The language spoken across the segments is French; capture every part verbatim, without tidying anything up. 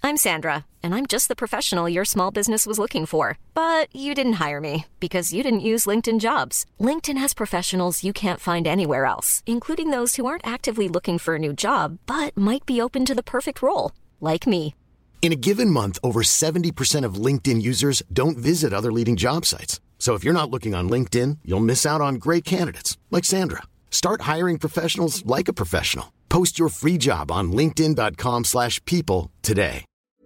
I'm Sandra, and I'm just the professional your small business was looking for. But you didn't hire me because you didn't use LinkedIn Jobs. LinkedIn has professionals you can't find anywhere else, including those who aren't actively looking for a new job, but might be open to the perfect role, like me. In a given month, over seventy percent of LinkedIn users don't visit other leading job sites. So if you're not looking on LinkedIn, you'll miss out on great candidates like Sandra. Start hiring professionals like a professional. Post your free job on linkedin.com slash people today.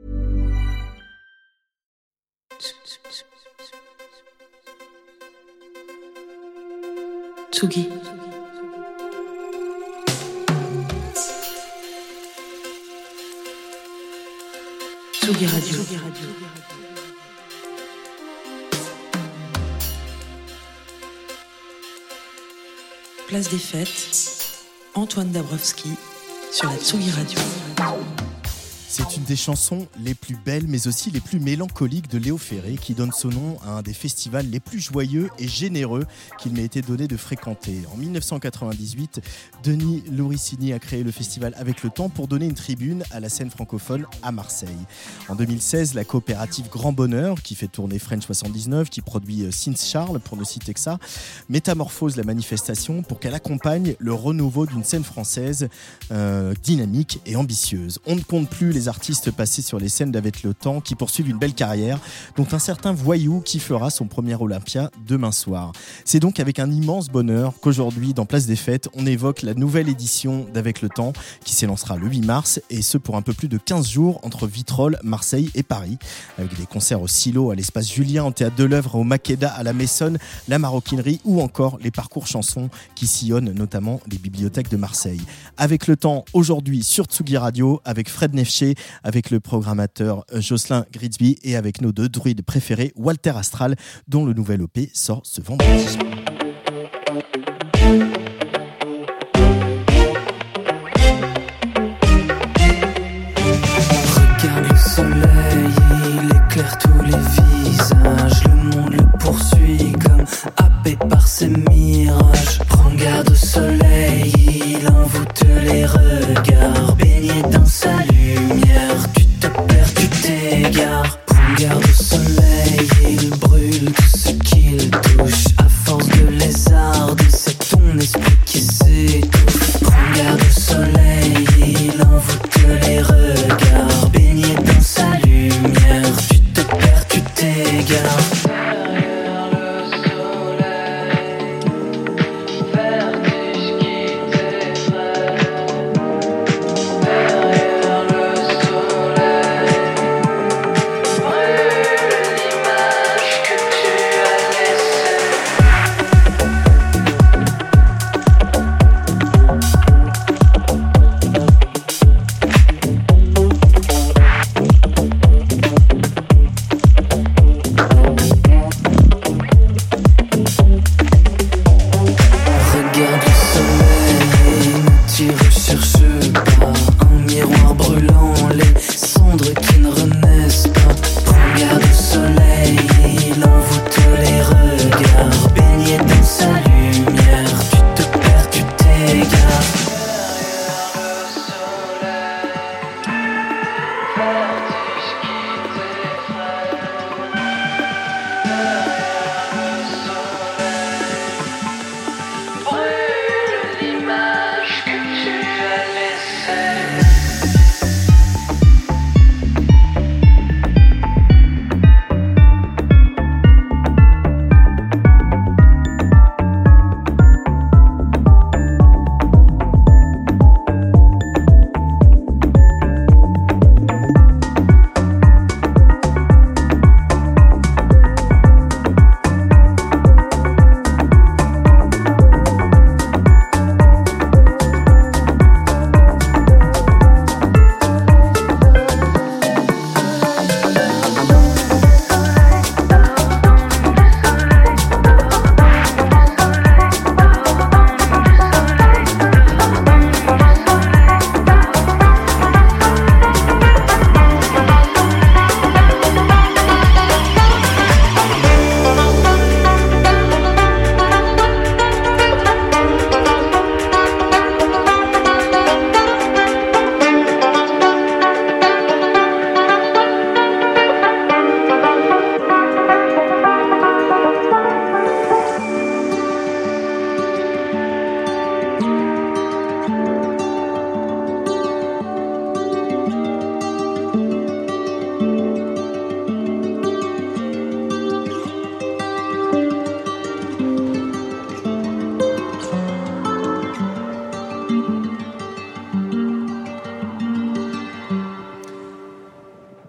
Tsugi. Tsugi Radio. Place des Fêtes, Antoine Dabrowski sur la Tsugi Radio. C'est une des chansons les plus belles mais aussi les plus mélancoliques de Léo Ferré qui donne son nom à un des festivals les plus joyeux et généreux qu'il m'ait été donné de fréquenter. En dix-neuf cent quatre-vingt-dix-huit, Denis Louricini a créé le festival Avec le Temps pour donner une tribune à la scène francophone à Marseille. En deux mille seize, la coopérative Grand Bonheur, qui fait tourner French soixante-dix-neuf, qui produit Sins Charles pour ne citer que ça, métamorphose la manifestation pour qu'elle accompagne le renouveau d'une scène française euh, dynamique et ambitieuse. On ne compte plus les artistes passés sur les scènes d'Avec le Temps qui poursuivent une belle carrière, dont un certain Voyou qui fera son premier Olympia demain soir. C'est donc avec un immense bonheur qu'aujourd'hui, dans Place des Fêtes, on évoque la nouvelle édition d'Avec le Temps qui s'élancera le huit mars, et ce pour un peu plus de quinze jours entre Vitrolles, Marseille et Paris, avec des concerts au Silo, à l'Espace Julien, au Théâtre de l'Œuvre, au Makeda, à la Maissonne, la Maroquinerie ou encore les parcours chansons qui sillonnent notamment les bibliothèques de Marseille. Avec le Temps, aujourd'hui sur Tsugi Radio, avec Fred Nefché, avec le programmateur Jocelyn Grigsby et avec nos deux druides préférés, Walter Astral, dont le nouvel O P sort ce vendredi. Regarde le soleil, il éclaire tous les visages. Le monde le poursuit comme happé par ses mirages. Prends garde au soleil, il envoûte les regards. Baigné dans sa lumière, tu te perds, tu t'égares. Prends garde au soleil, il brûle tout ce qu'il touche. À force de lézarde, c'est ton esprit qui s'étouffe. Prends garde au soleil, il envoûte les regards. Baigné dans sa lumière, tu te perds, tu t'égares. Derrière le soleil,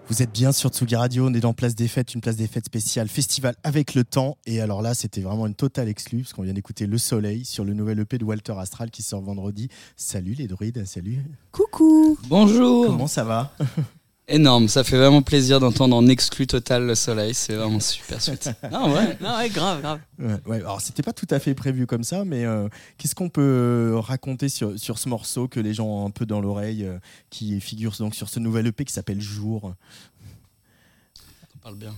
Vous êtes bien sur Tsugi Radio, on est dans Place des Fêtes, une Place des Fêtes spéciale Festival avec le temps. Et alors là, c'était vraiment une totale exclue, parce qu'on vient d'écouter Le Soleil sur le nouvel E P de Walter Astral qui sort vendredi. Salut les druides, salut. Coucou. Bonjour. Comment ça va ? Énorme, ça fait vraiment plaisir d'entendre en exclu total Le Soleil, c'est vraiment super suite. Non ouais, non ouais, grave, grave. Ouais, ouais. Alors c'était pas tout à fait prévu comme ça, mais euh, qu'est-ce qu'on peut raconter sur, sur ce morceau que les gens ont un peu dans l'oreille, euh, qui figure donc sur ce nouvel E P qui s'appelle Jour. On parle bien.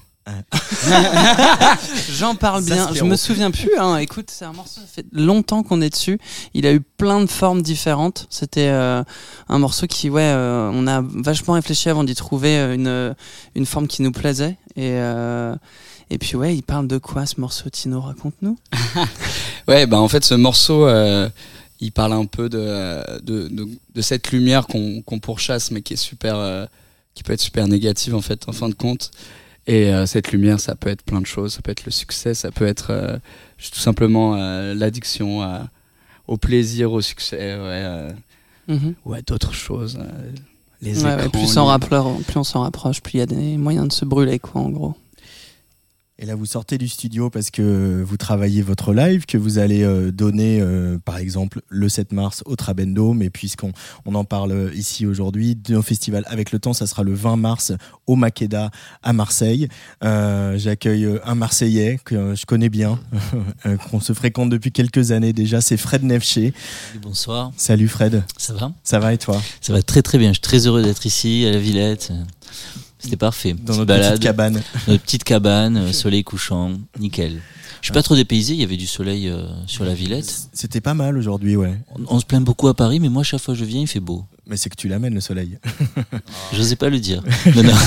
J'en parle bien, je me souviens plus hein. Écoute, c'est un morceau, ça fait longtemps qu'on est dessus. Il a eu plein de formes différentes. C'était euh, un morceau qui, ouais, euh, on a vachement réfléchi avant d'y trouver une, une forme qui nous plaisait. Et, euh, et puis ouais, il parle de quoi ce morceau, Tino ? Raconte-nous. Ouais, bah en fait ce morceau, euh, il parle un peu de, de, de, de cette lumière qu'on, qu'on pourchasse, mais qui est super, euh, qui peut être super négative en fait, en fin de compte. Et euh, cette lumière, ça peut être plein de choses. Ça peut être le succès, ça peut être euh, tout simplement euh, l'addiction à, au plaisir, au succès, ouais, euh, mm-hmm. ou à d'autres choses. Euh, les ouais, écrans. Ouais, plus, s'en rapproche, plus on s'en rapproche, plus il y a des moyens de se brûler, quoi, en gros. Et là, vous sortez du studio parce que vous travaillez votre live, que vous allez euh, donner, euh, par exemple, le sept mars au Trabendo. Mais puisqu'on on en parle ici aujourd'hui, de nos festivals avec le temps, ça sera le vingt mars au Makeda à Marseille. Euh, j'accueille un Marseillais que je connais bien, qu'on se fréquente depuis quelques années déjà. C'est Fred Nefché. Bonsoir. Salut Fred. Ça va ? Ça va et toi ? Ça va très très bien. Je suis très heureux d'être ici à la Villette. C'était parfait. Dans notre balade, petite cabane. Notre petite cabane, soleil couchant, nickel. Je suis pas trop dépaysé, il y avait du soleil euh, sur la Villette. C'était pas mal aujourd'hui, ouais. On, on se plaint beaucoup à Paris, mais moi, chaque fois que je viens, il fait beau. Mais c'est que tu l'amènes, le soleil. J'osais pas le dire. Non, non.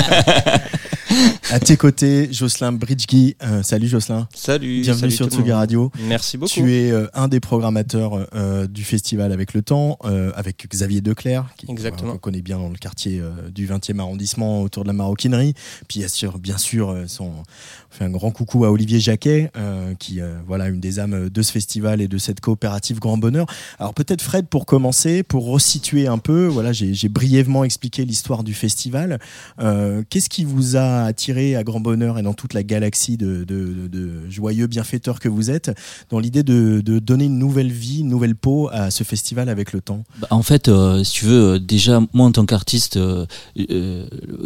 À tes côtés, Jocelyn Bridgegi. Euh, salut Jocelyn. Salut. Bienvenue salut sur Tsugi Radio. Merci beaucoup. Tu es euh, un des programmateurs euh, du festival avec le temps, euh, avec Xavier Declercq, qui Exactement. qu'on connaît bien dans le quartier euh, du vingtième arrondissement autour de la maroquinerie. Puis bien sûr, bien sûr euh, son, on fait un grand coucou à Olivier Jacquet, euh, qui euh, voilà une des âmes de ce festival et de cette coopérative Grand Bonheur. Alors peut-être Fred, pour commencer, pour resituer un peu, voilà, j'ai, j'ai brièvement expliqué l'histoire du festival. Euh, qu'est-ce qui vous a attiré à Grand Bonheur et dans toute la galaxie de, de, de, de joyeux bienfaiteurs que vous êtes, dans l'idée de, de donner une nouvelle vie, une nouvelle peau à ce festival avec le temps ? Bah, en fait, euh, si tu veux, euh, déjà, moi en tant qu'artiste, euh, euh,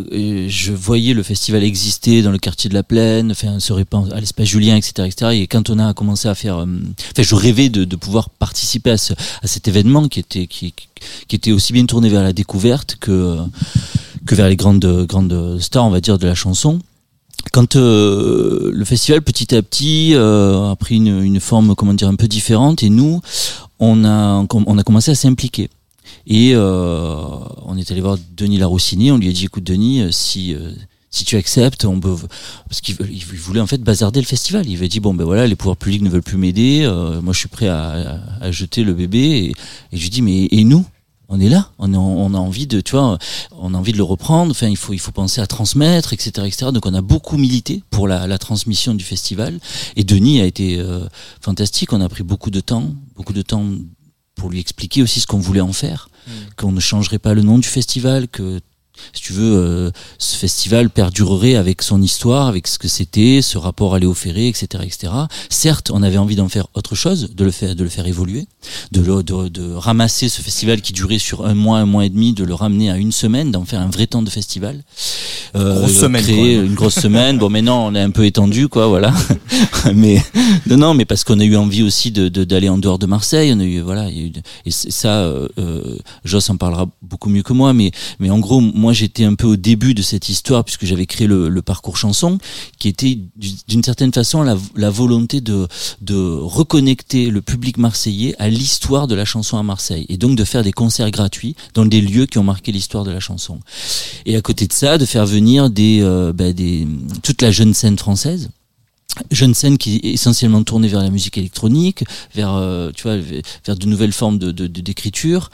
je voyais le festival exister dans le quartier de la Plaine, enfin, se répand à l'espace Julien, et cetera, et cetera. Et quand on a commencé à faire, euh, enfin, je rêvais de, de pouvoir participer à, ce, à cet événement qui était, qui, qui était aussi bien tourné vers la découverte que, que vers les grandes, grandes stars, on va dire, de la chanson. Quand euh, le festival petit à petit euh, a pris une, une forme, comment dire, un peu différente, et nous, on a, on a commencé à s'impliquer. Et euh, on est allé voir Denis Laroussini, on lui a dit, écoute Denis, si euh, si tu acceptes, on peut, parce qu'il il voulait en fait bazarder le festival. Il avait dit bon ben voilà, les pouvoirs publics ne veulent plus m'aider, euh, moi je suis prêt à, à, à jeter le bébé. Et, et je lui dis mais et nous? On est là, on a, on a envie de, tu vois, on a envie de le reprendre. Enfin, il faut, il faut penser à transmettre, et cetera, et cetera. Donc, on a beaucoup milité pour la, la transmission du festival. Et Denis a été euh, fantastique. On a pris beaucoup de temps, beaucoup de temps pour lui expliquer aussi ce qu'on voulait en faire, mmh. qu'on ne changerait pas le nom du festival, que si tu veux, euh, ce festival perdurerait avec son histoire, avec ce que c'était, ce rapport à Léo Ferré, et cetera, et cetera. Certes, on avait envie d'en faire autre chose, de le faire, de le faire évoluer, de, le, de, de ramasser ce festival qui durait sur un mois, un mois et demi, de le ramener à une semaine, d'en faire un vrai temps de festival. Euh, grosse semaine, créer quoi. Une grosse semaine. Bon, mais non, on est un peu étendu, quoi, voilà. mais non, non, mais parce qu'on a eu envie aussi de, de d'aller en dehors de Marseille. On a eu, voilà, il y a eu, et ça, euh, Joss en parlera beaucoup mieux que moi, mais, mais en gros, moi, j'étais un peu au début de cette histoire puisque j'avais créé le, le parcours chanson, qui était d'une certaine façon la, la volonté de, de reconnecter le public marseillais à l'histoire de la chanson à Marseille, et donc de faire des concerts gratuits dans des lieux qui ont marqué l'histoire de la chanson. Et à côté de ça, de faire venir des, euh, bah, des toute la jeune scène française. Jeune scène qui est essentiellement tournée vers la musique électronique, vers euh, tu vois, vers de nouvelles formes de, de, de d'écriture.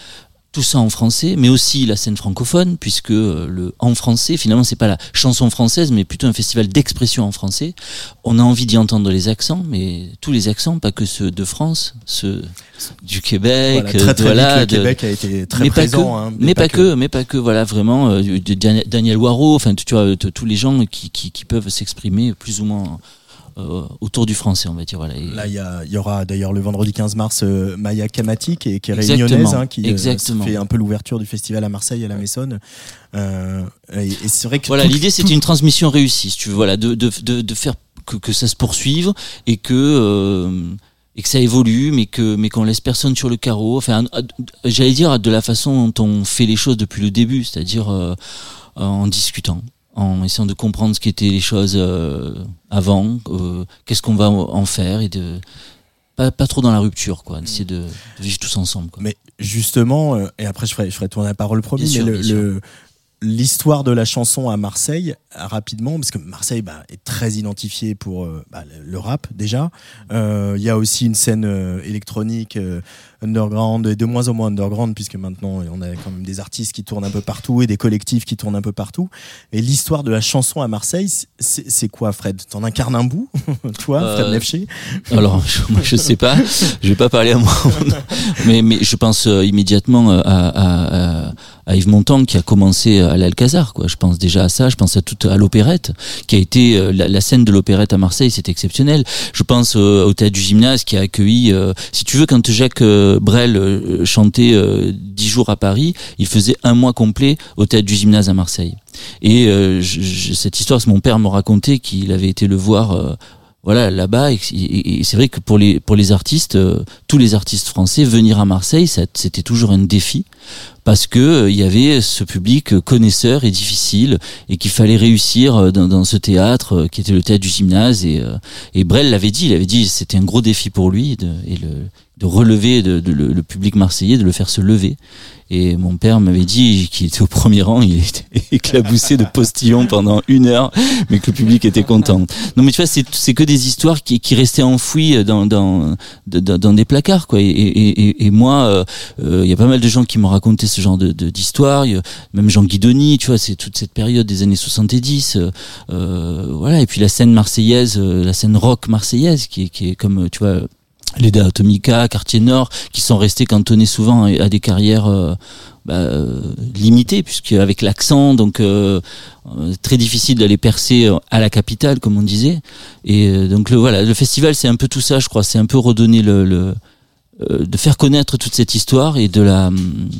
tout ça en français, mais aussi la scène francophone, puisque euh, le en français, finalement, c'est pas la chanson française, mais plutôt un festival d'expression en français. On a envie d'y entendre les accents, mais tous les accents, pas que ceux de France, ceux du Québec, voilà, très, très voilà, vite, le de, Québec a été très mais présent, pas que, hein, mais, mais pas, pas que. que, mais pas que, voilà, vraiment, euh, de Daniel, Daniel Waro, enfin, tu vois, tous les gens qui, qui, qui peuvent s'exprimer plus ou moins Euh, autour du français, on va dire. Voilà. Et là, il y, y aura d'ailleurs le vendredi quinze mars euh, Maya Kamati qui est, qui est exactement, réunionnaise, hein, qui exactement. Euh, fait un peu l'ouverture du festival à Marseille, à la Messonne. Euh, et, et c'est vrai que voilà, tout, l'idée tout... c'était une transmission réussie, si tu veux, voilà, de, de, de, de faire que, que ça se poursuive et que euh, et que ça évolue, mais que mais qu'on laisse personne sur le carreau. Enfin, j'allais dire de la façon dont on fait les choses depuis le début, c'est-à-dire euh, en discutant, en essayant de comprendre ce qu'étaient les choses euh, avant, euh, qu'est-ce qu'on va en faire, et de pas, pas trop dans la rupture, quoi, d'essayer de, de vivre tous ensemble, quoi. Mais justement, euh, et après je ferai, je ferai tourner la parole promis, mais sûr, le, le, l'histoire de la chanson à Marseille, rapidement, parce que Marseille bah, est très identifié pour euh, bah, le rap déjà. Il euh, y a aussi une scène euh, électronique euh, underground, et de moins en moins underground, puisque maintenant on a quand même des artistes qui tournent un peu partout et des collectifs qui tournent un peu partout. Et l'histoire de la chanson à Marseille, c'est, c'est quoi, Fred? T'en incarnes un bout, toi, euh, Fred Nefché? Alors, je, moi, je sais pas, je vais pas parler à moi, mais, mais je pense euh, immédiatement à, à, à, à Yves Montand qui a commencé à l'Alcazar, quoi. Je pense déjà à ça, je pense à toute à l'opérette, qui a été euh, la, la scène de l'opérette à Marseille, c'était exceptionnel. Je pense euh, au théâtre du Gymnase qui a accueilli, euh, si tu veux, quand Jacques euh, Brel euh, chantait euh, dix jours à Paris, il faisait un mois complet au théâtre du Gymnase à Marseille. Et euh, je, je, cette histoire, c'est mon père me racontait qu'il avait été le voir euh, voilà là-bas, et, et, et c'est vrai que pour les pour les artistes, euh, tous les artistes français, venir à Marseille, ça, c'était toujours un défi, parce que euh, il y avait ce public connaisseur et difficile, et qu'il fallait réussir dans, dans ce théâtre euh, qui était le théâtre du Gymnase. Et, euh, et Brel l'avait dit, il avait dit, c'était un gros défi pour lui de, et le de relever de, de, le, le public marseillais, de le faire se lever. Et mon père m'avait dit qu'il était au premier rang, il était éclaboussé de postillons pendant une heure, mais que le public était content. Non, mais tu vois, c'est, c'est que des histoires qui, qui restaient enfouies dans, dans, dans, dans des placards, quoi. Et, et, et, et moi, il euh, y a pas mal de gens qui m'ont raconté ce genre de, de, d'histoires, même Jean Guidoni, tu vois, c'est toute cette période des années soixante-dix, euh, voilà. Et puis la scène marseillaise, la scène rock marseillaise, qui est, qui est comme, tu vois, Leda Atomica, Quartier Nord, qui sont restés cantonnés souvent à des carrières euh, bah, euh, limitées, puisque avec l'accent, donc euh, très difficile d'aller percer à la capitale, comme on disait. Et euh, donc le voilà, le festival, c'est un peu tout ça, je crois. C'est un peu redonner le, le euh, de faire connaître toute cette histoire et de la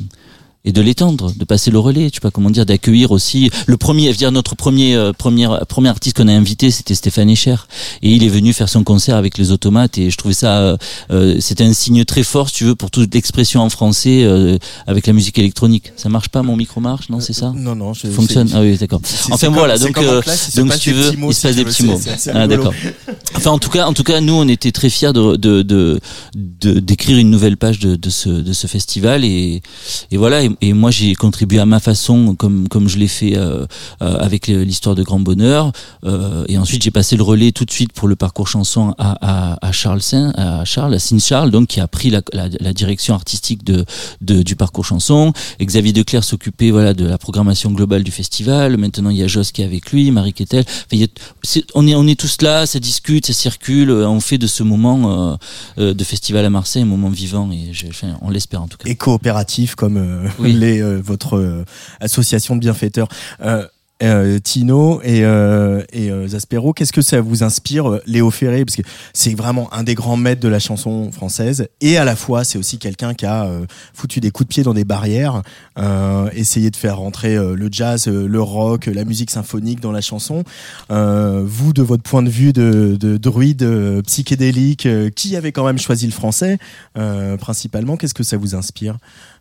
et de l'étendre, de passer le relais, je sais pas comment dire, d'accueillir aussi le premier, je veux dire notre premier euh, premier premier artiste qu'on a invité, c'était Stéphane Echer, et il est venu faire son concert avec les Automates, et je trouvais ça euh, c'était un signe très fort, si tu veux, pour toute l'expression en français euh, avec la musique électronique. Ça marche pas, mon micro marche, non, c'est ça? Non non, je, fonctionne. c'est, ah oui, d'accord. c'est, enfin c'est voilà, comme, donc euh, classe, donc si tu veux, il se passe des petits mots. C'est, c'est ah d'accord. Enfin en tout cas, en tout cas, nous on était très fiers de de de, de d'écrire une nouvelle page de de ce de ce festival, et et voilà, et, et moi j'ai contribué à ma façon, comme comme je l'ai fait euh, euh, avec l'histoire de Grand Bonheur, euh, et ensuite j'ai passé le relais tout de suite pour le parcours chanson à à, à Charles Saint, à Charles, à Sine Charles, donc qui a pris la, la, la direction artistique de, de du parcours chanson. Et Xavier Declercq s'occupait voilà de la programmation globale du festival. Maintenant il y a Joss qui est avec lui, Marie Quetel. Enfin, il y a, c'est, on est on est tous là, ça discute, ça circule, on fait de ce moment euh, de festival à Marseille un moment vivant, et je, enfin, on l'espère en tout cas. Et coopératif comme euh, oui. les euh, votre euh, association de bienfaiteurs. Euh, euh, Tino et, euh, et euh, Zaspero, qu'est-ce que ça vous inspire, euh, Léo Ferré, parce que c'est vraiment un des grands maîtres de la chanson française, et à la fois c'est aussi quelqu'un qui a euh, foutu des coups de pied dans des barrières, euh, essayé de faire rentrer euh, le jazz, euh, le rock, la musique symphonique dans la chanson. Euh, vous, de votre point de vue de, de, de druide euh, psychédélique, euh, qui avait quand même choisi le français euh, principalement, qu'est-ce que ça vous inspire?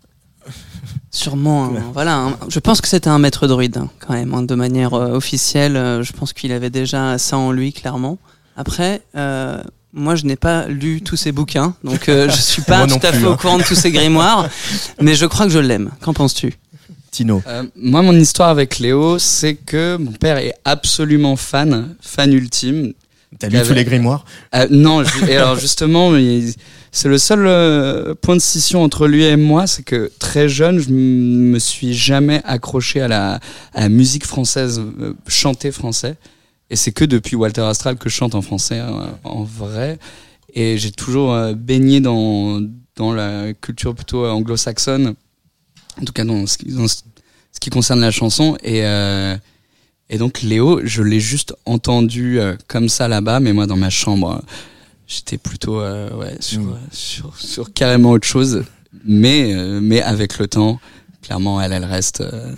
Sûrement, hein, voilà. Hein. Je pense que c'était un maître druide, hein, quand même, hein, de manière euh, officielle. Euh, je pense qu'il avait déjà ça en lui, clairement. Après, euh, moi, je n'ai pas lu tous ses bouquins, donc euh, je suis pas tout à fait hein. au courant de tous ses grimoires, mais je crois que je l'aime. Qu'en penses-tu, Tino? euh, Moi, mon histoire avec Léo, c'est que mon père est absolument fan, fan ultime T'as lu tous les grimoires? euh, Non, je, et alors justement, il, c'est le seul euh, point de scission entre lui et moi, c'est que très jeune, je m- me suis jamais accroché à la, à la musique française, euh, chanter français. Et c'est que depuis Walter Astral que je chante en français, euh, en vrai. Et j'ai toujours euh, baigné dans, dans la culture plutôt anglo-saxonne, en tout cas dans ce qui, dans ce, ce qui concerne la chanson. Et, euh, et donc Léo, je l'ai juste entendu euh, comme ça là-bas, mais moi dans ma chambre, j'étais plutôt euh, ouais, sur, mmh. sur, sur carrément autre chose. Mais, euh, mais avec le temps, clairement, elle, elle reste... Euh,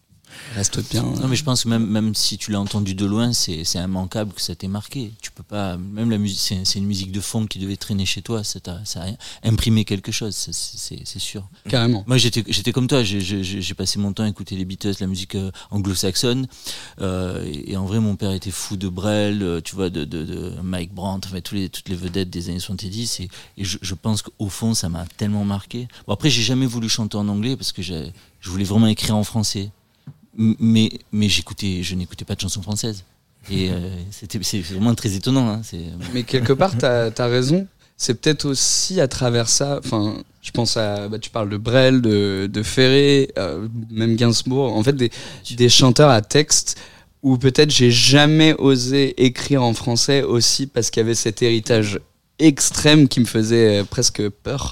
reste bien. Non, mais je pense que même, même si tu l'as entendu de loin, c'est, c'est immanquable que ça t'ait marqué. Tu peux pas, même la musique, c'est, c'est une musique de fond qui devait traîner chez toi, ça t'a, ça a imprimé quelque chose, c'est, c'est, c'est sûr. Carrément. Moi, j'étais, j'étais comme toi, j'ai, j'ai, j'ai passé mon temps à écouter les Beatles, la musique euh, anglo-saxonne, euh, et, et en vrai, mon père était fou de Brel, euh, tu vois, de, de, de Mike Brandt, enfin, tous les, toutes les vedettes des années soixante-dix, et, et je, je pense qu'au fond, ça m'a tellement marqué. Bon, après, j'ai jamais voulu chanter en anglais parce que j'ai, je voulais vraiment écrire en français. Mais, mais j'écoutais, je n'écoutais pas de chansons françaises. Et euh, c'était, c'est vraiment très étonnant. Hein, c'est... Mais quelque part, t'as, t'as raison. C'est peut-être aussi à travers ça. Enfin, je pense à. Bah, tu parles de Brel, de, de Ferré, euh, même Gainsbourg. En fait, des, des chanteurs à texte où peut-être j'ai jamais osé écrire en français aussi parce qu'il y avait cet héritage extrême qui me faisait presque peur.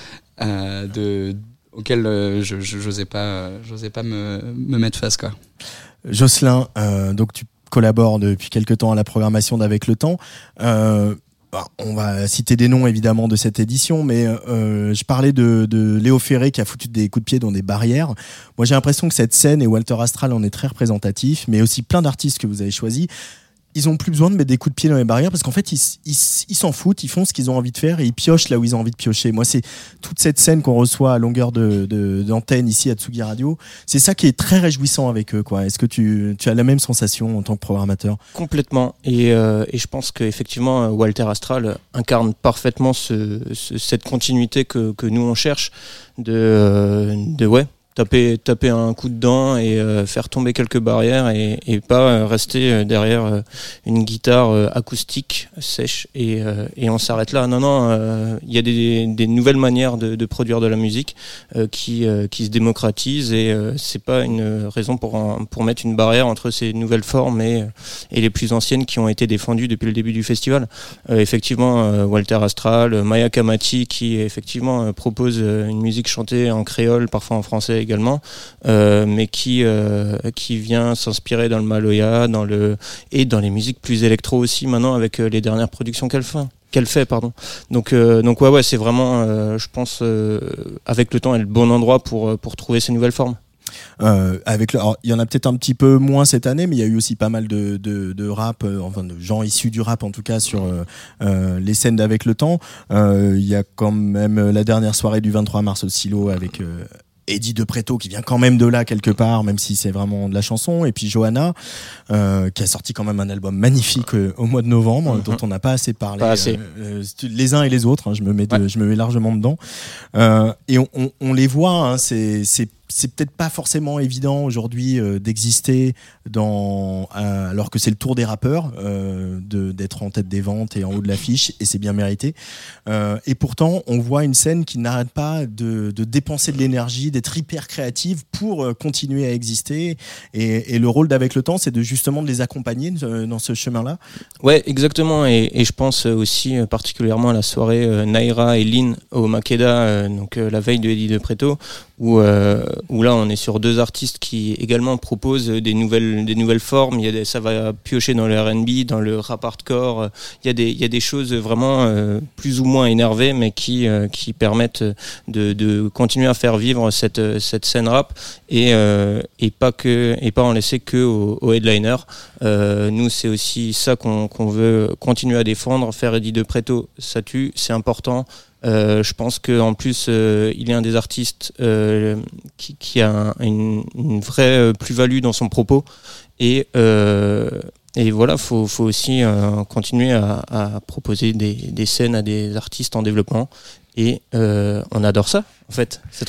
Euh, de. auquel euh, je, je j'osais pas euh, j'osais pas me me mettre face quoi. Jocelyn, euh, donc tu collabores depuis quelques temps à la programmation d'Avec le temps. Euh, bah, on va citer des noms évidemment de cette édition, mais euh, je parlais de, de Léo Ferré qui a foutu des coups de pied dans des barrières. Moi, j'ai l'impression que cette scène, et Walter Astral en est très représentatif, mais aussi plein d'artistes que vous avez choisis. Ils ont plus besoin de mettre des coups de pied dans les barrières parce qu'en fait ils, ils, ils s'en foutent, ils font ce qu'ils ont envie de faire et ils piochent là où ils ont envie de piocher. Moi, c'est toute cette scène qu'on reçoit à longueur de, de, d'antenne ici à Tsugi Radio, c'est ça qui est très réjouissant avec eux, quoi. Est-ce que tu, tu as la même sensation en tant que programmateur? Complètement. Et, euh, et je pense qu'effectivement Walter Astral incarne parfaitement ce, ce, cette continuité que, que nous on cherche de, euh, de ouais. Taper, taper un coup de dent et euh, faire tomber quelques barrières et, et pas euh, rester euh, derrière euh, une guitare euh, acoustique sèche et, euh, et on s'arrête là. Non, non, il euh, y a des, des nouvelles manières de, de produire de la musique euh, qui, euh, qui se démocratisent et euh, c'est pas une raison pour, un, pour mettre une barrière entre ces nouvelles formes et, et les plus anciennes qui ont été défendues depuis le début du festival. Euh, effectivement, euh, Walter Astral, Maya Kamati qui effectivement euh, propose euh, une musique chantée en créole, parfois en français également, euh, mais qui euh, qui vient s'inspirer dans le Maloya, dans le et dans les musiques plus électro aussi maintenant avec euh, les dernières productions qu'elle fait. Qu'elle fait, pardon. Donc euh, donc ouais ouais, c'est vraiment, euh, je pense, euh, avec le temps, est le bon endroit pour pour trouver ces nouvelles formes. Euh, avec le, alors, il y en a peut-être un petit peu moins cette année, mais il y a eu aussi pas mal de, de, de rap, euh, enfin de gens issus du rap en tout cas sur euh, euh, les scènes d'Avec le temps. Euh, il y a quand même la dernière soirée du vingt-trois mars au Silo avec euh, Eddie De Pretto qui vient quand même de là quelque part, même si c'est vraiment de la chanson, et puis Johanna euh, qui a sorti quand même un album magnifique euh, au mois de novembre, mm-hmm. dont on n'a pas assez parlé, pas assez. Euh, euh, les uns et les autres, hein, je me mets de, ouais. je me mets largement dedans, euh, et on, on, on les voit, hein, c'est, c'est c'est peut-être pas forcément évident aujourd'hui euh, d'exister dans euh, alors que c'est le tour des rappeurs euh, de d'être en tête des ventes et en haut de l'affiche, et c'est bien mérité, euh, et pourtant on voit une scène qui n'arrête pas de, de dépenser de l'énergie, d'être hyper créative pour euh, continuer à exister, et, et le rôle d'Avec le temps, c'est de justement de les accompagner euh, dans ce chemin-là. Ouais, exactement, et, et je pense aussi euh, particulièrement à la soirée euh, Naira et Lynn au Makeda, euh, donc euh, la veille de Eddie De Pretto, où euh, où là on est sur deux artistes qui également proposent des nouvelles des nouvelles formes. Il y a des, ça va piocher dans le R and B, dans le rap hardcore. Il y a des il y a des choses vraiment euh, plus ou moins énervées, mais qui euh, qui permettent de de continuer à faire vivre cette cette scène rap et euh, et pas que et pas en laisser que aux, aux headliners. Euh, nous c'est aussi ça qu'on qu'on veut continuer à défendre. Faire Eddie De Pretto, ça tue, c'est important. Euh, je pense qu'en plus, euh, il est un des artistes euh, qui, qui a un, une, une vraie plus-value dans son propos. Et, euh, et voilà, faut, faut aussi euh, continuer à, à proposer des, des scènes à des artistes en développement. Et euh, on adore ça, en fait. C'est trop bien.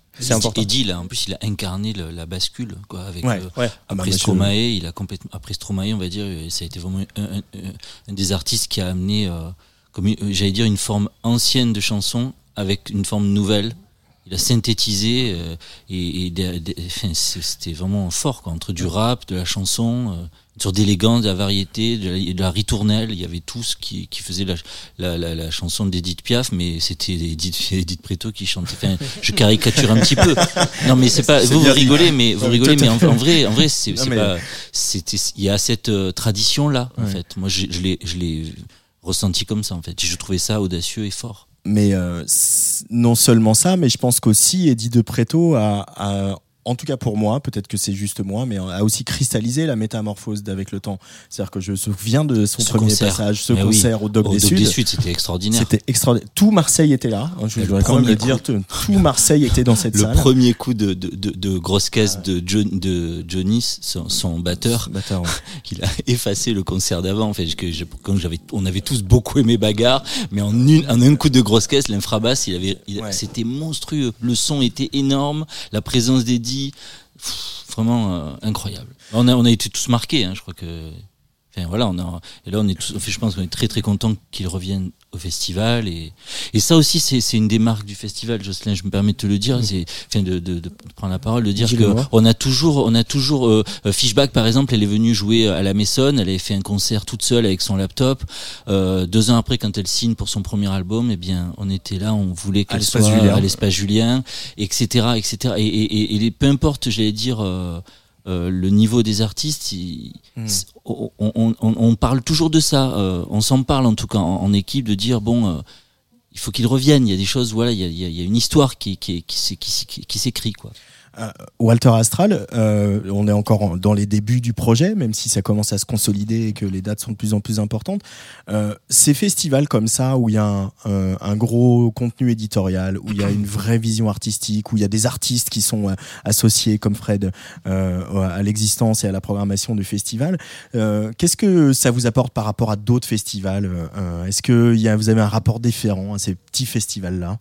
C'est important. Eddie, là, en plus, il a incarné le, la bascule, quoi, avec Ouais. euh, Ouais. Ah bah, après moi, Stromae, je- il a complètement après Stromae, on va dire, ça a été vraiment un, un, un, un des artistes qui a amené, euh, comme une- j'allais dire, une forme ancienne de chanson avec une forme nouvelle. Il a synthétisé euh, et, et des- des- enfin, c'est- c'était vraiment fort, quoi, entre du rap, de la chanson, euh, sur d'élégance, de la variété, de la, de la ritournelle. Il y avait tout ce qui, qui faisait la, la, la, la chanson d'Edith Piaf, mais c'était Edith, Edith Préto qui chantait. Enfin, je caricature un petit peu. Non, mais c'est pas. C'est Vous, bien vous rigolez, mais vous Ouais, rigolez, tout à mais en, fait. en vrai, en vrai, c'est, Non, c'est mais- pas. C'était. Il y a cette euh, tradition là, en Ouais. fait. Moi, je, je l'ai, je l'ai ressenti comme ça, en fait. Je trouvais ça audacieux et fort. Mais euh, c- non seulement ça, mais je pense qu'aussi Eddie de Pretto a, a, en tout cas pour moi, peut-être que c'est juste moi, mais a aussi cristallisé la métamorphose d'avec le temps. C'est-à-dire que je me souviens de son Ce premier concert. passage, ce Mais oui. concert au Doc Au des Doc Suds. des Suds, c'était extraordinaire. C'était extraordinaire. Tout Marseille était là. Je Le voudrais quand même le premier dire. Tout tout Marseille était dans cette Le salle. premier coup de, de, de, de grosse caisse de, John, de Johnny, son, son batteur, Batteur, ouais. il a effacé le concert d'avant. En fait, que je, quand j'avais, on avait tous beaucoup aimé Bagarre, mais en, une, en un coup de grosse caisse, l'infrabasse, il avait, il, Ouais. c'était monstrueux. Le son était énorme, la présence d'Eddie, pff, vraiment euh, incroyable. On a, on a été tous marqués, hein, je crois que. Enfin voilà, on a, et là on est tous, enfin, je pense qu'on est très très content qu'il revienne au festival et, et ça aussi c'est, c'est une des marques du festival, Jocelyn, je me permets de te le dire, c'est, enfin de, de, de prendre la parole, de dire que Dis-le-moi. on a toujours, on a toujours, euh, Fishback par exemple, elle est venue jouer à la Maison, elle avait fait un concert toute seule avec son laptop, euh, deux ans après quand elle signe pour son premier album, eh bien on était là, on voulait qu'elle l'Espace soit Julien. à l'Espace Julien, et cetera, et cetera. Et, et, et, et les, peu importe, j'allais dire. Euh, Euh, le niveau des artistes, il, Mm. c'est- on, on, on, on parle toujours de ça. Euh, on s'en parle en tout cas en, en équipe de dire bon, euh, il faut qu'ils reviennent. Il y a des choses, voilà, il y a, il y a, il y a une histoire qui qui qui, s'é- qui, s'é- qui, qui s'écrit quoi. Walter Astral, euh, on est encore en- dans les débuts du projet, même si ça commence à se consolider et que les dates sont de plus en plus importantes. Euh, ces festivals comme ça, où il y a un, un, un gros contenu éditorial, où il y a une vraie vision artistique, où il y a des artistes qui sont euh, associés, comme Fred, euh, à l'existence et à la programmation du festival, euh, qu'est-ce que ça vous apporte par rapport à d'autres festivals euh, Est-ce que il y a, vous avez un rapport différent à ces petits festivals-là?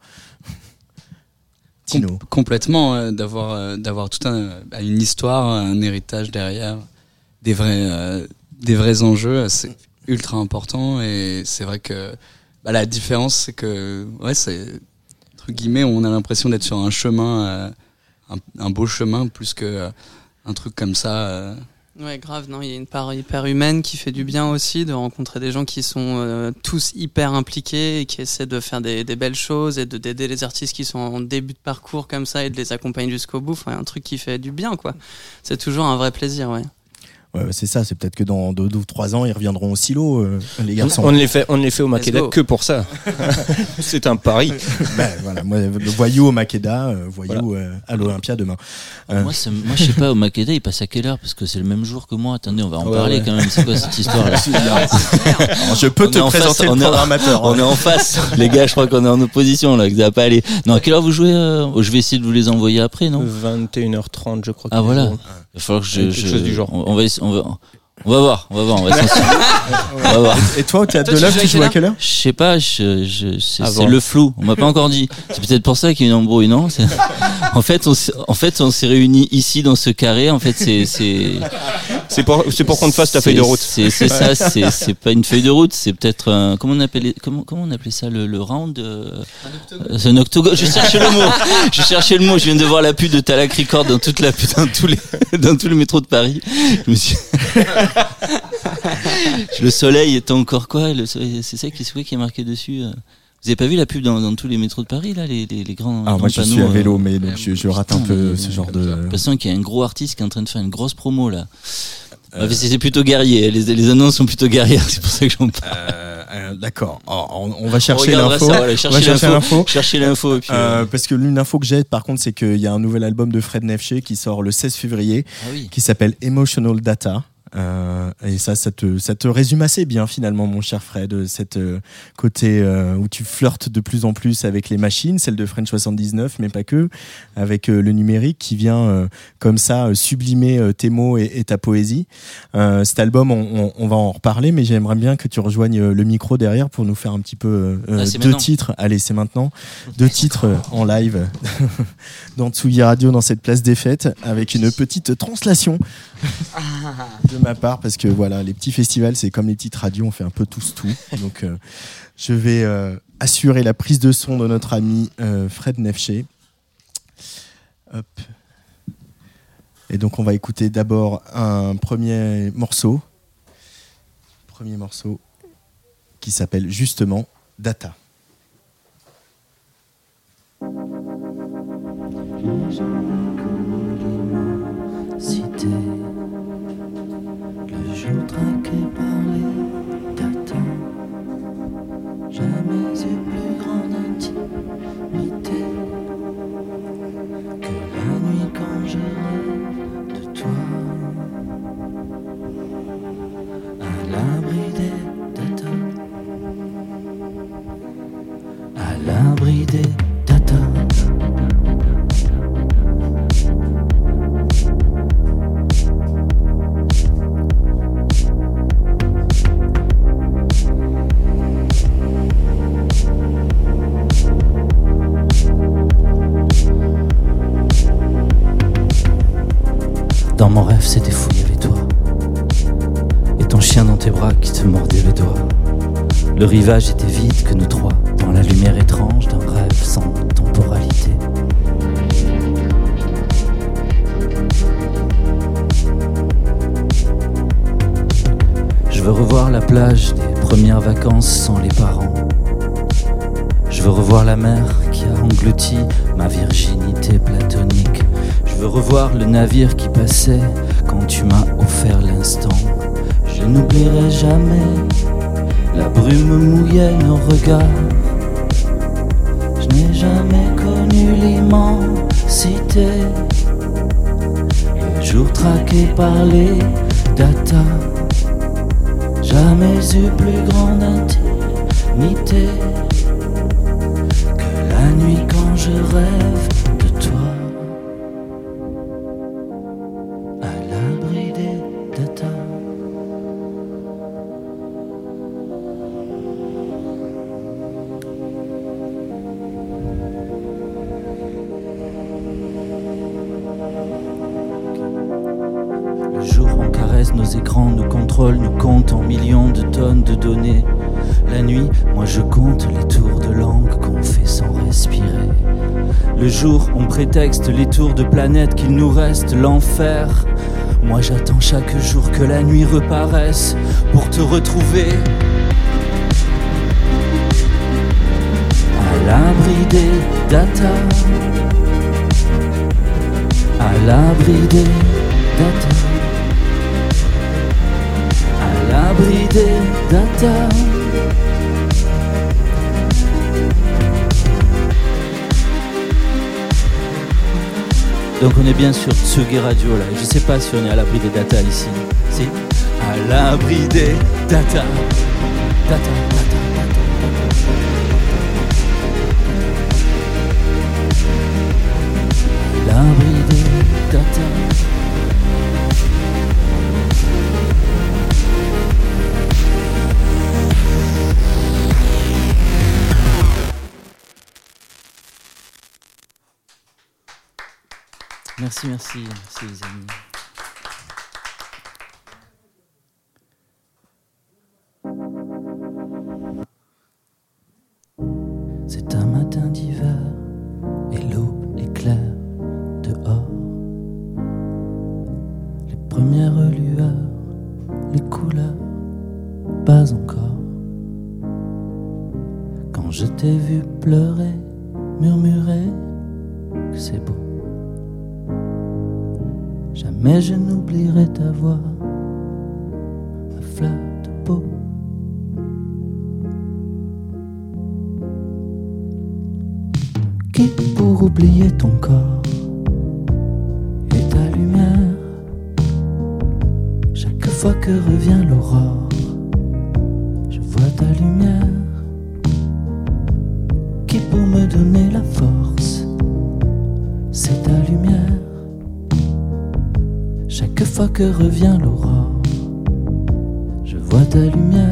Tino. Com- complètement, euh, d'avoir euh, d'avoir tout un bah, une histoire, un héritage derrière, des vrais euh, des vrais enjeux, c'est ultra important et c'est vrai que bah, la différence c'est que ouais c'est entre guillemets on a l'impression d'être sur un chemin, euh, un, un beau chemin plus que euh, un truc comme ça. Euh, Ouais, grave, non, il y a une part hyper humaine qui fait du bien aussi, de rencontrer des gens qui sont euh, tous hyper impliqués et qui essaient de faire des, des belles choses et de d'aider les artistes qui sont en début de parcours comme ça et de les accompagner jusqu'au bout. Enfin, un truc qui fait du bien, quoi. C'est toujours un vrai plaisir, ouais. Ouais, c'est ça, c'est peut-être que dans deux ou trois ans, ils reviendront au silo, euh, les garçons. On ne les fait, on ne les fait au Let's Makeda go. que pour ça. C'est un pari. Ben, voilà, moi, le voyou au Makeda, euh, voyou euh, à l'Olympia demain. Euh. Moi, ça, moi, je sais pas, au Makeda, il passe à quelle heure? Parce que c'est le même jour que moi. Attendez, on va en Ouais, parler ouais. quand même. C'est quoi cette histoire là? Alors, je peux On te est en présenter face, le on est en- programmateur. On est en face, les gars. Je crois qu'on est en opposition là. Que ça va pas aller. Non, à quelle heure vous jouez euh Je vais essayer de vous les envoyer après, non? vingt et une heures trente, je crois. Ah que voilà. les jours. Il va falloir que je. Quelque je- chose du genre. On, on va, essa- on va. On va voir, on va voir, on va s'en- on va voir. Et toi, au théâtre Toi, de tu l'œuvre, joues à tu joues quelle à quelle heure? Je sais pas, je, je, c'est, Avant. c'est le flou. On m'a pas encore dit. C'est peut-être pour ça qu'il y a une embrouille, non? C'est- En fait, on s'est, en fait, on s'est réunis ici dans ce carré. En fait, c'est, c'est. C'est pour, c'est pour qu'on te fasse ta c'est- feuille de route. C'est, c'est ça. C'est, c'est pas une feuille de route. C'est peut-être un, comment on appelait, comment, comment on appelait ça le, le round. Euh, euh, c'est un octogone. Je cherchais le mot. Je cherchais le mot. Je viens de voir la pub de Talac Record dans toute la, dans tous les, dans tout le métro de Paris. Je me suis. Le soleil est encore quoi? Le soleil, c'est ça qui, c'est quoi qui est marqué dessus? euh Vous avez pas vu la pub dans, dans tous les métros de Paris là, les, les, les grands. Alors, grands moi, je panneaux, suis à euh, vélo, mais donc je, je rate un putain, peu mais- ce genre J'ai de. l'impression qu'il y a un gros artiste qui est en train de faire une grosse promo là. Euh... Ouais, c'est plutôt guerrier. Les, les annonces sont plutôt guerrières. C'est pour ça que j'en parle. Euh, euh, D'accord. On, on- on va chercher On regardera l'info. ça, voilà, On va chercher chercher l'info. l'info. Cherchez l'info. Et puis, Euh, euh, parce que l'une info que j'ai, par contre, c'est qu'il y a un nouvel album de Fred Nefché qui sort le seize février, Ah oui. qui s'appelle Emotional Data. Euh, et ça, ça te, ça te résume assez bien finalement, mon cher Fred, cette euh, côté euh, où tu flirtes de plus en plus avec les machines, celle de French soixante-dix-neuf, mais pas que, avec euh, le numérique qui vient euh, comme ça euh, sublimer euh, tes mots et, et ta poésie. Euh, cet album, on, on, on va en reparler, mais j'aimerais bien que tu rejoignes le micro derrière pour nous faire un petit peu euh, ah, deux maintenant. titres. Allez, c'est maintenant. Deux titres euh, en live dans Tsugi Radio, dans cette place des fêtes, avec une petite translation de ma part, parce que voilà, les petits festivals, c'est comme les petites radios, on fait un peu tous tout. Donc, euh, je vais euh, assurer la prise de son de notre ami euh, Fred Nefché. Hop. Et donc, on va écouter d'abord un premier morceau, premier morceau qui s'appelle justement Data. Cité, le jour traqué par les data, jamais eu plus grande intimité que la nuit quand je rêve de toi, à l'abri des data, à l'abri des data. Dans mon rêve, c'était fou, il y avait toi et ton chien dans tes bras qui te mordait le doigt. Le rivage était vide que nous trois, dans la lumière étrange d'un rêve sans temporalité. Je veux revoir la plage des premières vacances sans les parents. Je veux revoir la mer qui a englouti ma virginité platonique. Je veux revoir le navire qui passait quand tu m'as offert l'instant. Je n'oublierai jamais, la brume mouillait nos regards. Je n'ai jamais connu l'immensité. Le jour traqué par les data, jamais eu plus grande intimité que la nuit quand je rêve de toi. Le jour on caresse nos écrans, nous contrôle, nous compte en millions de tonnes de données. La nuit, moi je compte les tours de langue qu'on fait sans respirer. Le jour, on prétexte les tours de planète qu'il nous reste l'enfer. Moi j'attends chaque jour que la nuit reparaisse pour te retrouver. À l'abri des data, à l'abri des data, à l'abri des data. Donc on est bien sur Tsugi Radio là, je sais pas si on est à l'abri des data ici. Si, à l'abri des data. Data, data, data. À l'abri des data. Merci, merci, merci les amis. C'est un matin d'hiver et l'aube est claire dehors. Les premières lueurs, les couleurs, pas encore. Quand je t'ai vu pleurer, murmurer que c'est beau. Jamais je n'oublierai ta voix, ma fleur de peau. Qui pour oublier ton corps et ta lumière? Chaque fois que revient l'aurore, je vois ta lumière qui pour me donner la force, c'est ta lumière. Chaque fois que revient l'aurore, je vois ta lumière.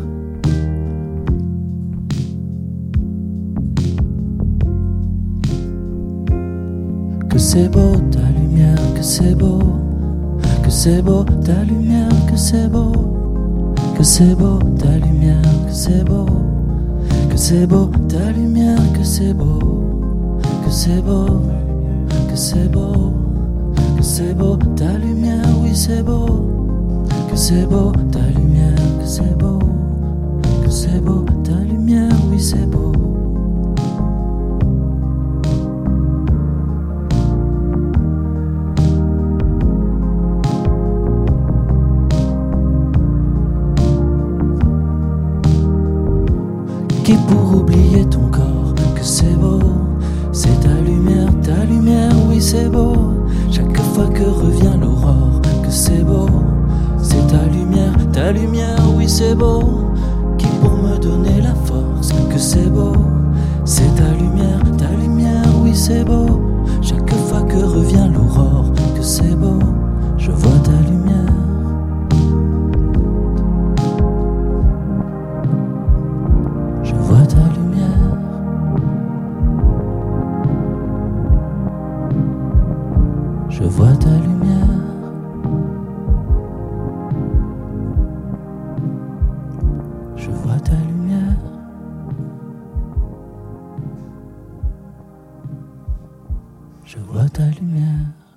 Que c'est beau ta lumière, que c'est beau, que c'est beau ta lumière, que c'est beau, que c'est beau ta lumière, que c'est beau, que c'est beau ta lumière, que c'est beau, que c'est beau, que c'est beau, que c'est beau ta lumière, oui c'est beau, que c'est beau ta lumière, que c'est beau, que c'est beau ta lumière, oui c'est beau. Qui pour oublier ton corps, que c'est beau, c'est ta lumière, ta lumière, oui c'est beau. Chaque fois que revient l'aurore, que c'est beau, c'est ta lumière, ta lumière, oui c'est beau. Qui pour me donner la force, que c'est beau, c'est ta lumière, ta lumière, oui c'est beau. Chaque fois que revient l'aurore, que c'est beau, je vois ta lumière. Je vois ta lumière. Je vois ta lumière. Je vois ta lumière.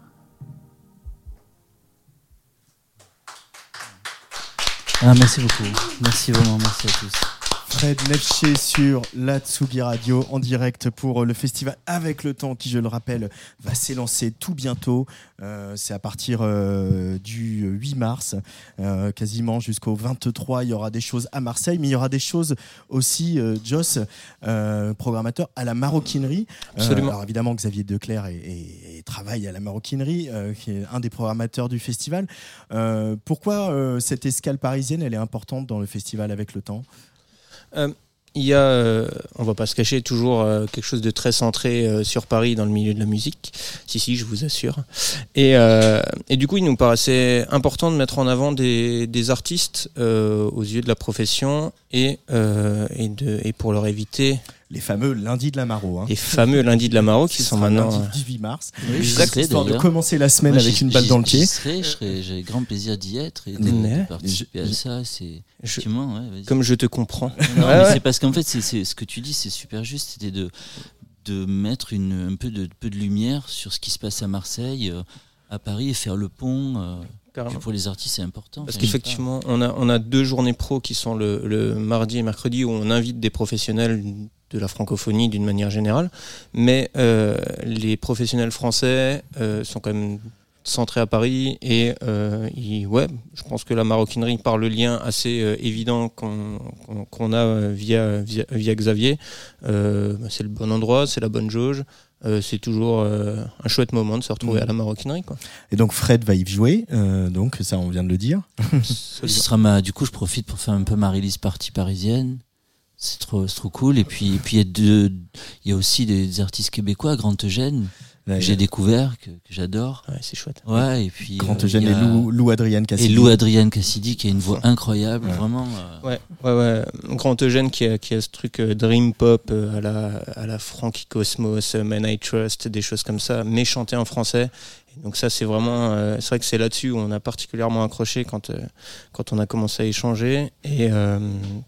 Ah, merci beaucoup. Merci vraiment, merci à tous. Fred Nefché sur la Tsugi Radio en direct pour le festival Avec le Temps qui, je le rappelle, va s'élancer tout bientôt. Euh, c'est à partir euh, du huit mars, euh, quasiment jusqu'au vingt-trois. Il y aura des choses à Marseille, mais il y aura des choses aussi, euh, Joss, euh, programmateur à la Maroquinerie. Absolument. Euh, alors évidemment, Xavier Declerc est, est, est, travaille à la Maroquinerie, euh, qui est un des programmateurs du festival. Euh, pourquoi euh, cette escale parisienne, elle est importante dans le festival Avec le Temps ? Euh, il y a, euh, on va pas se cacher, toujours euh, quelque chose de très centré euh, sur Paris dans le milieu de la musique. Si, si, je vous assure. Et, euh, et du coup, il nous paraissait important de mettre en avant des, des artistes euh, aux yeux de la profession et, euh, et, de, et pour leur éviter... Les fameux lundis de la Maro. Hein. Les fameux lundis de la Maro qui sont maintenant... Lundi dix-huit mars. Oui, exact, serai, histoire d'ailleurs. de commencer la semaine Moi, avec j'y- une balle j'y- dans le pied. j'y serai, je serai- j'ai grand plaisir d'y être et de, Mais- de participer je- à ça. C'est je- effectivement, ouais, vas-y. Comme je te comprends. Non, Ouais, mais ouais. c'est parce qu'en fait, c'est, c'est ce que tu dis, c'est super juste. C'était de de mettre une un peu de peu de lumière sur ce qui se passe à Marseille, euh, à Paris, et faire le pont. Euh, Carrément. puis pour les artistes, c'est important. Parce Enfin, qu'effectivement, on a, on a deux journées pro qui sont le, le mardi et mercredi où on invite des professionnels de la francophonie d'une manière générale. Mais euh, les professionnels français euh, sont quand même centrés à Paris et euh, ils, ouais, je pense que la maroquinerie, par le lien assez euh, évident qu'on, qu'on, qu'on a via, via, via Xavier, euh, bah, c'est le bon endroit, c'est la bonne jauge. Euh, c'est toujours euh, un chouette moment de se retrouver Mmh. à la maroquinerie, quoi. Et donc Fred va y jouer, euh, donc ça on vient de le dire. Ce sera ma, du coup, je profite pour faire un peu ma release party parisienne. C'est trop, c'est trop cool. Et puis, et puis il y a deux, il y a aussi des, des artistes québécois, Grand Eugène, que j'ai découvert, que, que j'adore. Ouais, c'est chouette. Ouais, et puis. Grand euh, Eugène il y a- et Lou, Lou Adrienne Et Cassidy. Lou Adrienne Cassidy, qui a une voix incroyable, Ouais. vraiment. euh, Ouais, ouais, ouais. Grand Eugène qui a, qui a ce truc euh, dream pop euh, à la, à la Frankie Cosmos, euh, Man I Trust, des choses comme ça, mais chanté en français. Et donc ça, c'est vraiment, euh, c'est vrai que c'est là-dessus où on a particulièrement accroché quand, euh, quand on a commencé à échanger. Et, euh,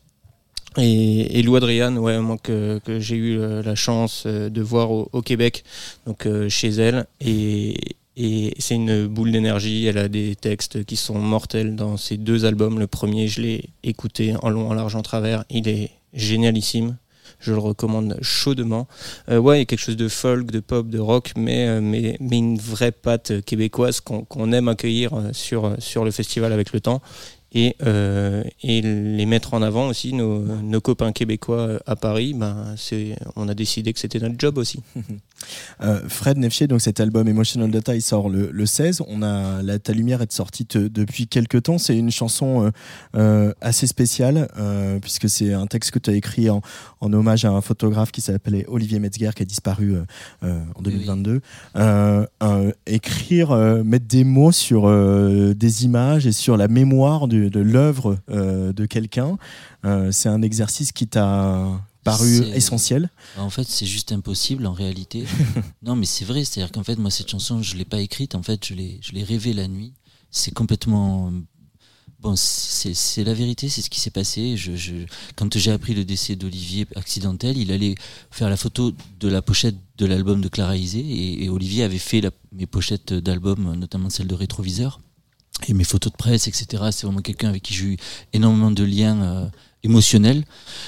et, et Lou Adrienne, ouais, moi que, que j'ai eu euh, la chance euh, de voir au, au Québec, donc euh, chez elle. Et, Et c'est une boule d'énergie, elle a des textes qui sont mortels dans ces deux albums. Le premier, je l'ai écouté en long, en large, en travers. Il est génialissime. Je le recommande chaudement. Euh, ouais, il y a quelque chose de folk, de pop, de rock, mais, euh, mais, mais une vraie patte québécoise qu'on, qu'on aime accueillir sur, sur le festival Avec le Temps. et, euh, et les mettre en avant aussi, nos, nos copains québécois à Paris, ben, c'est, on a décidé que c'était notre job aussi. Euh, Fred Neffier, donc cet album Emotional Data, il sort le, le seize. On a la Ta Lumière est sortie te, depuis quelques temps. C'est une chanson euh, euh, assez spéciale euh, puisque c'est un texte que tu as écrit en, en hommage à un photographe qui s'appelait Olivier Metzger qui a disparu euh, euh, en deux mille vingt-deux. Oui. Euh, euh, écrire, euh, mettre des mots sur euh, des images et sur la mémoire de, de l'œuvre euh, de quelqu'un, euh, c'est un exercice qui t'a paru c'est... essentiel. En fait, c'est juste impossible en réalité. Non, mais c'est vrai. C'est-à-dire qu'en fait, moi, cette chanson, je l'ai pas écrite. En fait, je l'ai, je l'ai rêvée la nuit. C'est complètement bon. C'est, c'est la vérité. C'est ce qui s'est passé. Je, je, quand j'ai appris le décès d'Olivier accidentel, il allait faire la photo de la pochette de l'album de Clara Isé, et, et Olivier avait fait la, mes pochettes d'albums, notamment celle de Rétroviseur, et mes photos de presse, et cetera. C'est vraiment quelqu'un avec qui j'ai eu énormément de liens euh, émotionnels.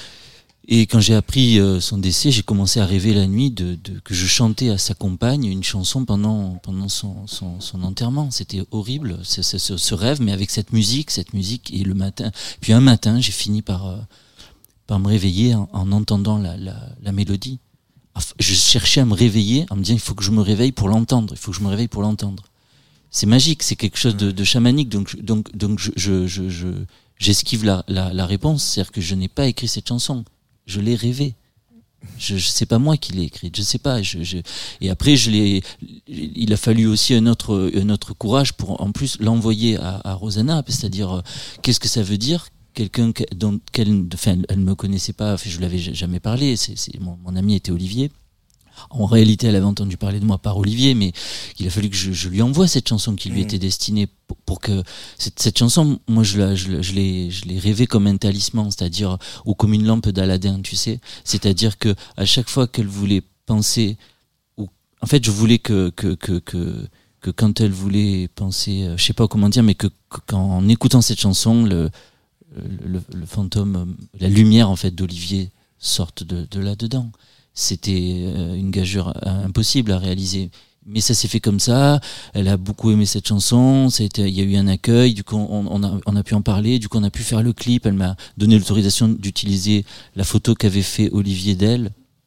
Et quand j'ai appris euh, son décès, j'ai commencé à rêver la nuit de, de que je chantais à sa compagne une chanson pendant pendant son son, son enterrement. C'était horrible, ce, ce, ce rêve, mais avec cette musique, cette musique. Et le matin, puis un matin, j'ai fini par euh, par me réveiller en, en entendant la, la la mélodie. Enfin, je cherchais à me réveiller en me disant il faut que je me réveille pour l'entendre, il faut que je me réveille pour l'entendre. C'est magique, c'est quelque chose de, de chamanique. Donc donc donc je je je, je j'esquive la, la la réponse, c'est-à-dire que je n'ai pas écrit cette chanson. Je l'ai rêvé. Je, je c'est pas moi qui l'ai écrite. Je sais pas. Je, je, et après, je l'ai. Il a fallu aussi un autre, un autre courage pour en plus l'envoyer à, à Rosanna. C'est-à-dire, euh, qu'est-ce que ça veut dire ? Quelqu'un dont qu'elle, enfin, elle ne me connaissait pas. Enfin, je l'avais jamais parlé. C'est, c'est mon, mon ami était Olivier. En réalité, elle avait entendu parler de moi par Olivier, mais il a fallu que je, je lui envoie cette chanson qui lui mmh. était destinée pour, pour que cette, cette chanson, moi, je, la, je, je l'ai, je l'ai rêvée comme un talisman, c'est-à-dire ou comme une lampe d'Aladin, tu sais. C'est-à-dire que à chaque fois qu'elle voulait penser, ou en fait, je voulais que que que que, que quand elle voulait penser, je sais pas comment dire, mais que, que qu'en écoutant cette chanson, le le, le le fantôme, la lumière en fait d'Olivier sorte de, de là-dedans. C'était une gageure impossible à réaliser, mais ça s'est fait comme ça. Elle a beaucoup aimé cette chanson, il y a eu un accueil, du coup on, on, a, on a pu en parler, du coup on a pu faire le clip. Elle m'a donné l'autorisation d'utiliser la photo qu'avait fait Olivier d'elle,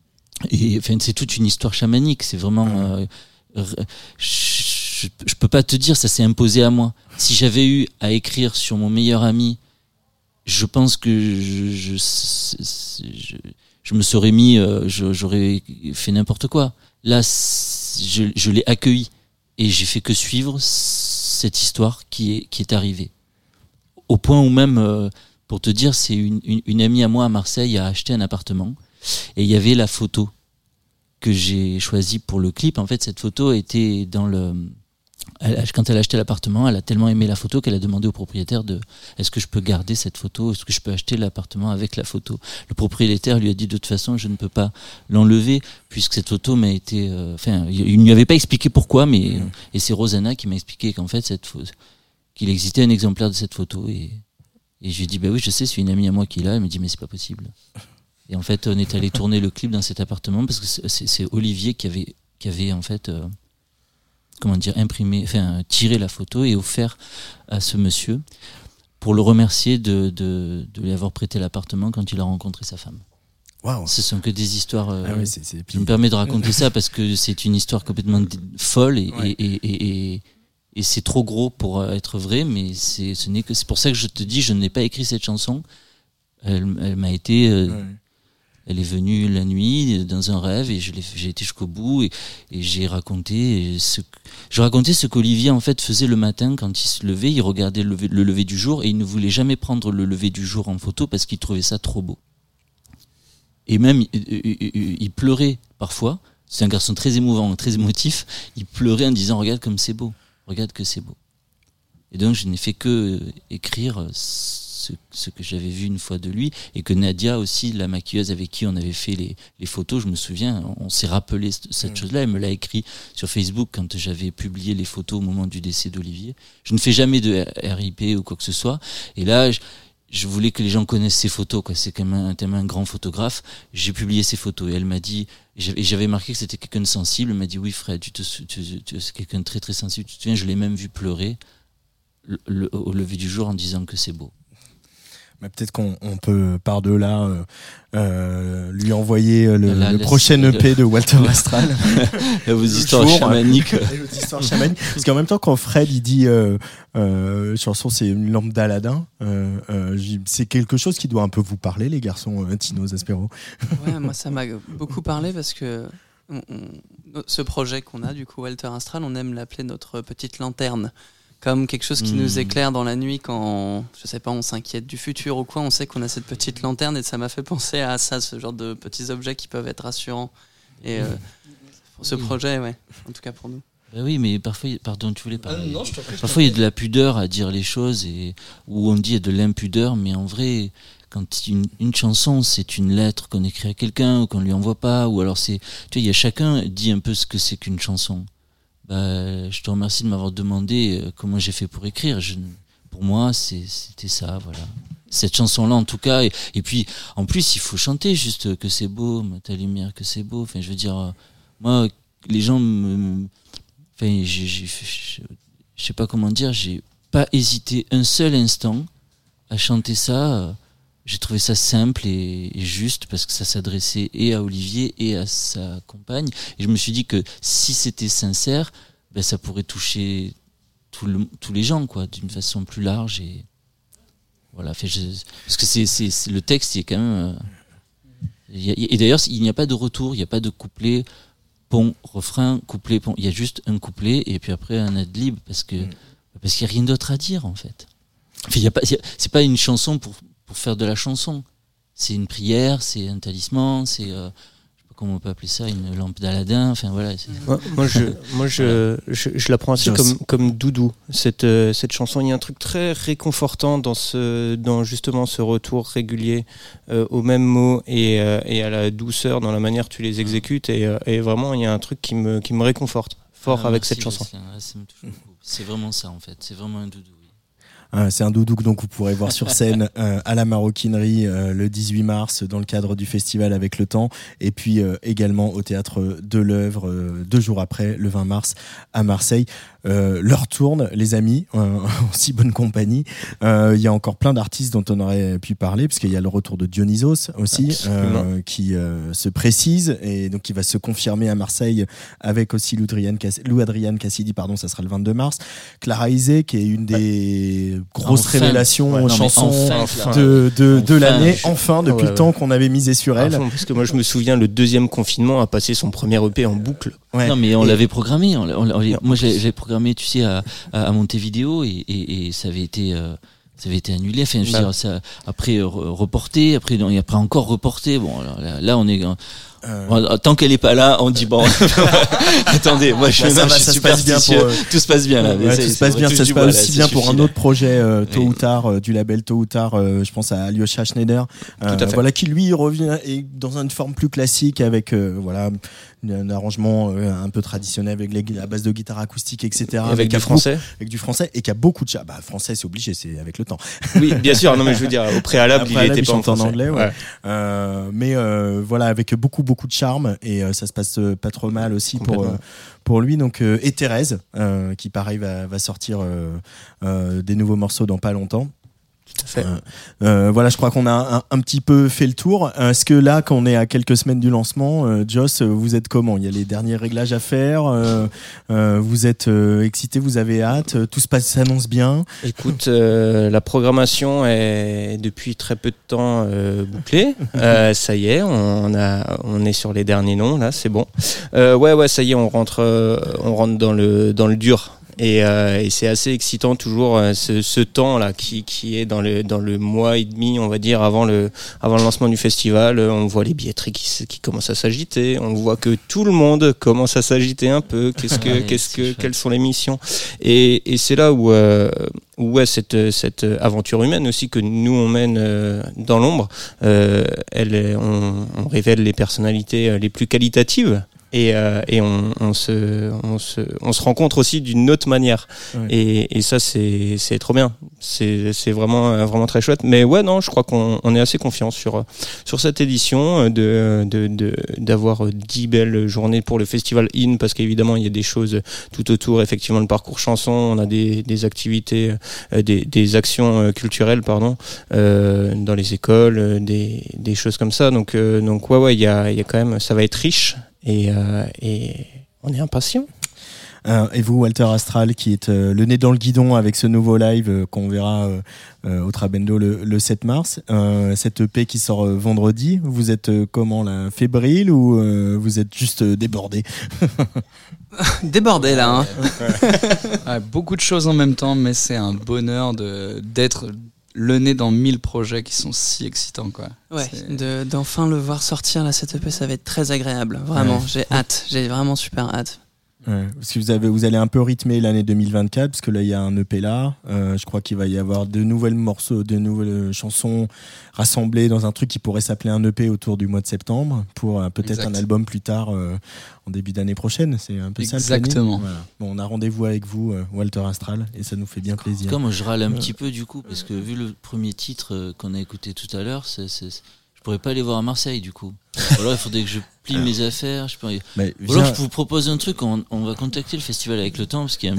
et enfin c'est toute une histoire chamanique. C'est vraiment euh, je, je peux pas te dire, ça s'est imposé à moi. Si j'avais eu à écrire sur mon meilleur ami, je pense que je, je, je je me serais mis, euh, je, j'aurais fait n'importe quoi. Là, je, je l'ai accueilli et j'ai fait que suivre cette histoire qui est qui est arrivée. Au point où même, euh, pour te dire, c'est une, une, une amie à moi à Marseille a acheté un appartement et il y avait la photo que j'ai choisie pour le clip. En fait, cette photo était dans le... Elle, quand elle a acheté l'appartement, elle a tellement aimé la photo qu'elle a demandé au propriétaire de est-ce que je peux garder cette photo, est-ce que je peux acheter l'appartement avec la photo. Le propriétaire lui a dit de toute façon je ne peux pas l'enlever puisque cette photo m'a été euh, enfin il ne lui avait pas expliqué pourquoi, mais mmh. et c'est Rosanna qui m'a expliqué qu'en fait cette photo, qu'il existait un exemplaire de cette photo, et et je lui ai dit bah oui je sais, c'est une amie à moi qui l'a. Elle me dit mais c'est pas possible. Et en fait on est allé tourner le clip dans cet appartement parce que c'est, c'est, c'est Olivier qui avait qui avait en fait euh, comment dire, imprimé, enfin, tiré la photo et offert à ce monsieur pour le remercier de, de, de lui avoir prêté l'appartement quand il a rencontré sa femme. Wow. Ce sont que des histoires. Euh, ah oui, c'est, c'est... Je me permets de raconter ça parce que c'est une histoire complètement folle et, ouais. et, et, et, et, et c'est trop gros pour être vrai, mais c'est, ce n'est que, c'est pour ça que je te dis, je n'ai pas écrit cette chanson. Elle, elle m'a été. Euh, ouais. Elle est venue la nuit dans un rêve et je l'ai, j'ai été jusqu'au bout et, et j'ai raconté ce, je racontais ce qu'Olivier en fait faisait le matin quand il se levait. Il regardait le lever, le lever du jour et il ne voulait jamais prendre le lever du jour en photo parce qu'il trouvait ça trop beau. Et même il, il, il pleurait parfois. C'est un garçon très émouvant, très émotif. Il pleurait en disant regarde comme c'est beau, regarde que c'est beau. Et donc je n'ai fait que écrire Ce, ce que j'avais vu une fois de lui, et que Nadia aussi, la maquilleuse avec qui on avait fait les, les photos, je me souviens, on, on s'est rappelé cette mmh. chose-là. Elle me l'a écrit sur Facebook quand j'avais publié les photos au moment du décès d'Olivier. Je ne fais jamais de R I P ou quoi que ce soit, et là je, je voulais que les gens connaissent ces photos, quoi. C'est quand même un, tellement un grand photographe. J'ai publié ces photos et elle m'a dit, et j'avais marqué que c'était quelqu'un de sensible. Elle m'a dit oui Fred, tu te, tu, tu, tu, c'est quelqu'un de très très sensible, tu te souviens, je l'ai même vu pleurer le, le, au lever du jour en disant que c'est beau. Mais peut-être qu'on on peut par de là euh, euh, lui envoyer le, Là, le laisse, prochain E P de Walter Astral. Vos histoires jour, chamaniques. Et vos histoires chamaniques. Parce qu'en même temps, quand Fred il dit euh, euh, chanson, c'est une lampe d'Aladin, euh, euh, c'est quelque chose qui doit un peu vous parler, les garçons, euh, Tino, Zaspero. Ouais, moi ça m'a beaucoup parlé parce que on, on, ce projet qu'on a, du coup, Walter Astral, on aime l'appeler notre petite lanterne. Comme quelque chose qui mmh. nous éclaire dans la nuit quand, je sais pas, on s'inquiète du futur ou quoi, on sait qu'on a cette petite lanterne et ça m'a fait penser à ça, ce genre de petits objets qui peuvent être rassurants. Et euh, pour ce projet, ouais, en tout cas pour nous. Bah oui, mais parfois, pardon, tu voulais parler. Ah, non, je t'en prie, parfois, il y a de la pudeur à dire les choses et où on dit il y a de l'impudeur, mais en vrai, quand une, une chanson, c'est une lettre qu'on écrit à quelqu'un ou qu'on lui envoie pas, ou alors c'est, tu vois, il y a chacun dit un peu ce que c'est qu'une chanson. Bah, je te remercie de m'avoir demandé euh, comment j'ai fait pour écrire. Je, pour moi, c'est, c'était ça, voilà. Cette chanson-là, en tout cas. Et, et puis, en plus, il faut chanter juste que c'est beau, ta lumière, que c'est beau. Enfin, je veux dire, euh, moi, les gens me, enfin, j'ai, j'ai, je, je sais pas comment dire, j'ai pas hésité un seul instant à chanter ça. Euh, j'ai trouvé ça simple et, et juste parce que ça s'adressait et à Olivier et à sa compagne. Et je me suis dit que si c'était sincère, ben ça pourrait toucher tout le, tous les gens, quoi, d'une façon plus large. Et voilà, fait, je, parce que c'est, c'est, c'est le texte, il est quand même. Euh, y a, et d'ailleurs, il n'y a pas de retour, il n'y a pas de couplet, pont, refrain, couplet, pont. Il y a juste un couplet et puis après un ad-lib parce que parce qu'il n'y a rien d'autre à dire en fait. Enfin, y a pas, y a, c'est pas une chanson pour pour faire de la chanson. C'est une prière, c'est un talisman, c'est euh, je sais pas comment on peut appeler ça, une lampe d'Aladin, enfin voilà. C'est... Moi, moi, je, moi je, je, je la prends assez comme, comme doudou, cette, euh, cette chanson. Il y a un truc très réconfortant dans, ce, dans justement ce retour régulier euh, aux mêmes mots et, euh, et à la douceur dans la manière que tu les exécutes. Et, euh, et vraiment, il y a un truc qui me, qui me réconforte fort ah, avec merci, cette chanson. C'est, c'est, c'est vraiment ça en fait, c'est vraiment un doudou. Euh, c'est un doudou que donc vous pourrez voir sur scène euh, à la Maroquinerie euh, le dix-huit mars dans le cadre du festival Avec le Temps et puis euh, également au théâtre de l'Œuvre euh, deux jours après le vingt mars à Marseille. Euh, l'heure tourne, les amis, euh, en si bonne compagnie. Il euh, y a encore plein d'artistes dont on aurait pu parler, parce qu'il y a le retour de Dionysos aussi, euh, qui euh, se précise et donc qui va se confirmer à Marseille avec aussi Lou Adrian, Cass- Lou Adrian Cassidy, pardon, ça sera le vingt-deux mars. Clara Isé, qui est une des grosses enfin, révélations ouais, non, chansons enfin, de, de, enfin, de l'année, je... enfin, depuis ouais, ouais. le temps qu'on avait misé sur elle. Enfin, parce que moi, je me souviens, le deuxième confinement a passé son premier E P en boucle. Ouais. Non, mais on et... l'avait programmé. On, on, on, moi, j'avais, j'avais programmé, tu sais, à, à, à Montevideo et, et, et ça avait été, euh, ça avait été annulé. Enfin, je veux bah. dire, ça, après euh, reporté, après, et après encore reporté. Bon, alors, là, là, on est. Euh... Bon, tant qu'elle est pas là, on dit bon. Attendez, moi je, bah, suis, va, je suis superstitieux. Pour... Tout se passe bien là. Ouais, tout se passe bien. Ça se passe aussi bien pour un autre projet euh, tôt oui. ou tard euh, du label tôt ou tard. Euh, je pense à Alyosha Schneider, euh, voilà, qui lui revient et dans une forme plus classique avec euh, voilà un arrangement euh, un peu traditionnel avec les, à base de guitare acoustique, et cetera. Et avec, avec du français, beaucoup, avec du français et qui a beaucoup de chats. Bah français, c'est obligé, c'est avec le temps. Oui, bien sûr. Non, mais je veux dire, au préalable, il était pas en, en anglais. Ouais. Ouais. Euh, mais euh, voilà, avec beaucoup beaucoup de charme et euh, ça se passe euh, pas trop mal aussi pour euh, pour lui. Donc euh, et Thérèse, euh, qui pareil va va sortir euh, euh, des nouveaux morceaux dans pas longtemps. Euh, euh, voilà, je crois qu'on a un, un petit peu fait le tour. Est-ce que là, quand on est à quelques semaines du lancement, euh, Joss, vous êtes comment ? Il y a les derniers réglages à faire. Euh, euh, vous êtes euh, excité, vous avez hâte. Tout se passe, s'annonce bien. Écoute, euh, la programmation est depuis très peu de temps euh, bouclée. Euh, ça y est, on a, on est sur les derniers noms là, c'est bon. Euh, ouais, ouais, ça y est, on rentre, euh, on rentre dans le dans le dur. Et, euh, et c'est assez excitant toujours euh, ce, ce temps là qui qui est dans le dans le mois et demi, on va dire, avant le avant le lancement du festival. On voit les billetteries qui qui commencent à s'agiter, on voit que tout le monde commence à s'agiter un peu. Qu'est-ce que ouais, qu'est-ce que chouette. Quelles sont les missions? Et et c'est là où euh, où ouais, cette cette aventure humaine aussi que nous on mène euh, dans l'ombre, euh, elle on, on révèle les personnalités les plus qualitatives et, euh, et on, on, se, on, se, on se rencontre aussi d'une autre manière. Ouais. Et, et ça, c'est, c'est trop bien. C'est, c'est vraiment, vraiment très chouette. Mais ouais, non, je crois qu'on on est assez confiant sur, sur cette édition, de, de, de, d'avoir dix belles journées pour le festival In, parce qu'évidemment, il y a des choses tout autour, effectivement, le parcours chanson, on a des, des activités, euh, des, des actions culturelles, pardon, euh, dans les écoles, des, des choses comme ça. Donc, euh, donc ouais, ouais, il y a, il y a quand même, ça va être riche. Et, euh, et on est impatient. Euh, et vous, Walter Astral, qui est euh, le nez dans le guidon avec ce nouveau live euh, qu'on verra euh, euh, au Trabendo le, le sept mars, euh, cette E P qui sort euh, vendredi, vous êtes euh, comment là, fébrile ou euh, vous êtes juste euh, débordé? Débordé là. Hein. Ouais, beaucoup de choses en même temps, mais c'est un bonheur de, d'être le nez dans mille projets qui sont si excitants, quoi. Ouais, de, d'enfin le voir sortir là, cette E P, ça va être très agréable. Vraiment, ouais. J'ai hâte, j'ai vraiment super hâte. Ouais, parce que vous avez, vous allez un peu rythmer l'année deux mille vingt-quatre, parce que là il y a un E P là. Euh, je crois qu'il va y avoir de nouvelles morceaux, de nouvelles chansons rassemblées dans un truc qui pourrait s'appeler un E P autour du mois de septembre, pour euh, peut-être exact. Un album plus tard euh, en début d'année prochaine. C'est un peu exactement. Ça. Exactement. Voilà. Bon, on a rendez-vous avec vous, euh, Walter Astral, et ça nous fait bien plaisir. Comme moi, je râle un ouais. petit peu du coup, parce que vu le premier titre euh, qu'on a écouté tout à l'heure, c'est, c'est, je pourrais pas aller voir à Marseille du coup. Alors il faudrait que je plie mes affaires. Je peux... Mais Ou alors je vous propose un truc, on, on va contacter le festival avec le temps parce qu'il y a un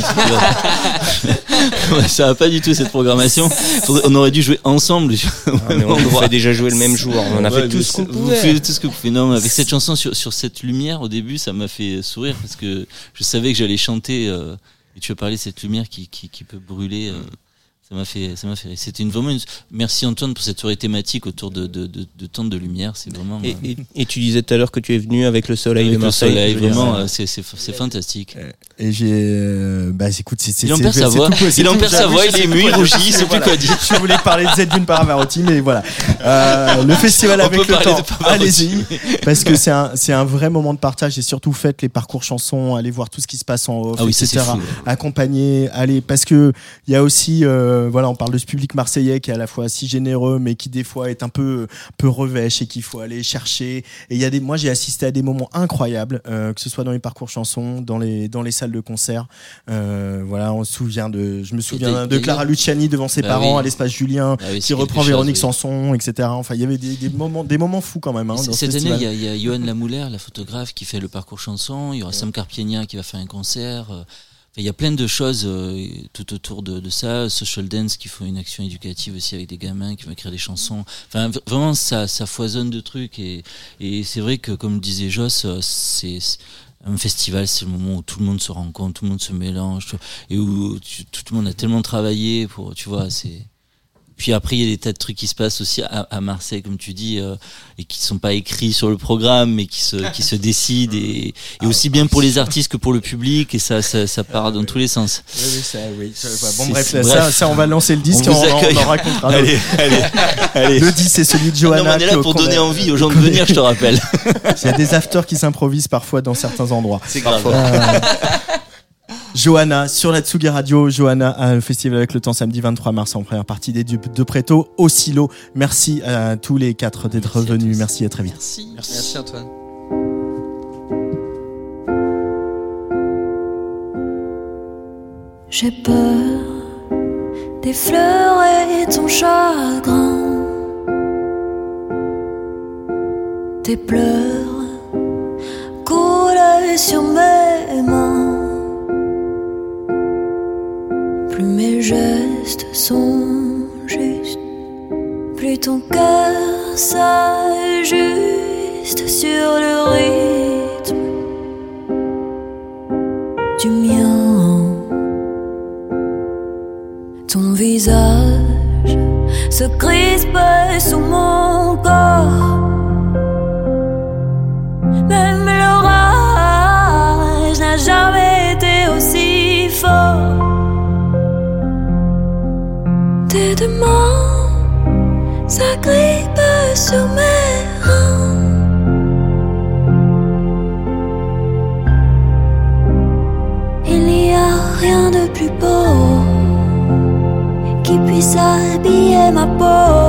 petit ouais, ça va pas du tout cette programmation. Faudrait, on aurait dû jouer ensemble. Ah, mais on vous fait déjà jouer le même jour. On a ouais, fait tout ce qu'on pouvait. Vous faites tout ce que vous pouvez. Non, mais avec cette chanson sur, sur cette lumière au début, ça m'a fait sourire parce que je savais que j'allais chanter. Euh, et tu as parlé de cette lumière qui, qui, qui peut brûler. Euh, Ça m'a fait, ça m'a fait. C'était une vraiment une. Merci Antoine pour cette soirée thématique autour de de de, de tentes de lumière. C'est vraiment. Et, euh... et, et tu disais tout à l'heure que tu es venu avec le soleil avec de Marseille. Le soleil, vraiment, euh, c'est c'est c'est fantastique. Et j'ai, euh, bah écoute, c'est c'est. Il en perd sa voix. Il en perd sa voix. Il est ému, il rougit, il sait plus quoi dire. Je voulais parler de Zedune Paravarotti, mais voilà. Euh, le festival On avec le temps. Allez-y, parce que c'est un c'est un vrai moment de partage et surtout faites les parcours chansons, allez voir tout ce qui se passe en off, ah oui, et cetera. Accompagner, allez, parce que il y a aussi, euh, voilà, on parle de ce public marseillais qui est à la fois si généreux mais qui des fois est un peu peu revêche et qu'il faut aller chercher. Et il y a des, moi j'ai assisté à des moments incroyables, euh, que ce soit dans les parcours chansons, dans les dans les salles de concert. Euh, voilà, on se souvient de, je me souviens de Clara Luciani devant ses bah parents oui. à l'espace Julien, bah oui, qui reprend Véronique chose, oui. Sanson, et cetera. Enfin, il y avait des, des moments des moments fous quand même. Hein, dans cette année, il y a, y a Johan Lamouler, la photographe, qui fait le parcours chanson. Il y aura ouais. Sam Carpienia qui va faire un concert. Il y a plein de choses euh, tout autour de, de ça. Social Dance qui font une action éducative aussi avec des gamins qui vont écrire des chansons. Enfin, vraiment, ça, ça foisonne de trucs. Et, et c'est vrai que, comme disait Joss, c'est, c'est un festival, c'est le moment où tout le monde se rencontre, tout le monde se mélange, et où tu, tout le monde a tellement travaillé pour, tu vois, c'est. Puis après, il y a des tas de trucs qui se passent aussi à, à Marseille, comme tu dis, euh, et qui sont pas écrits sur le programme, mais qui se, qui se décident, et, et aussi bien pour les artistes que pour le public, et ça, ça, ça part dans tous les sens. Oui, oui, ça, oui. Ça, bon, bref, là, bref, ça, ça, on va lancer le disque, on, on, on en racontera. Allez, allez, allez. Le disque, c'est celui de Johanna. Non, on est là pour donner envie aux gens de venir, je te rappelle. Il y a des afters qui s'improvisent parfois dans certains endroits. C'est grave. Euh, Johanna sur la Tsugi Radio, Johanna à Festival avec le temps samedi vingt-trois mars en première partie des Dupes de Préto au Silo. Merci à tous les quatre d'être Merci revenus. Merci, à très vite. Merci, Merci. Merci Antoine. J'ai peur d'effleurer ton chagrin, tes pleurs coulent sur mes mains. Plus mes gestes sont justes, plus ton cœur s'ajuste sur le rythme du mien. Ton visage se crispe sous mon corps, même l'orage n'a jamais été aussi fort. Tes deux mains s'agrippent sur mes reins. Il n'y a rien de plus beau qui puisse habiller ma peau.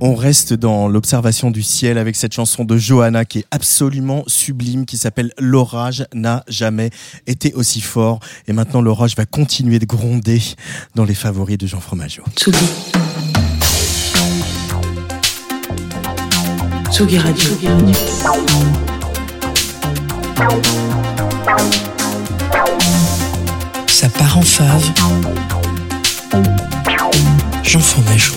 On reste dans l'observation du ciel avec cette chanson de Johanna qui est absolument sublime, qui s'appelle « L'orage n'a jamais été aussi fort ». Et maintenant, l'orage va continuer de gronder dans les favoris de Jean Fromageau. Tsugi. Tsugi Radio. Ça part en fave. Jean Fromageau.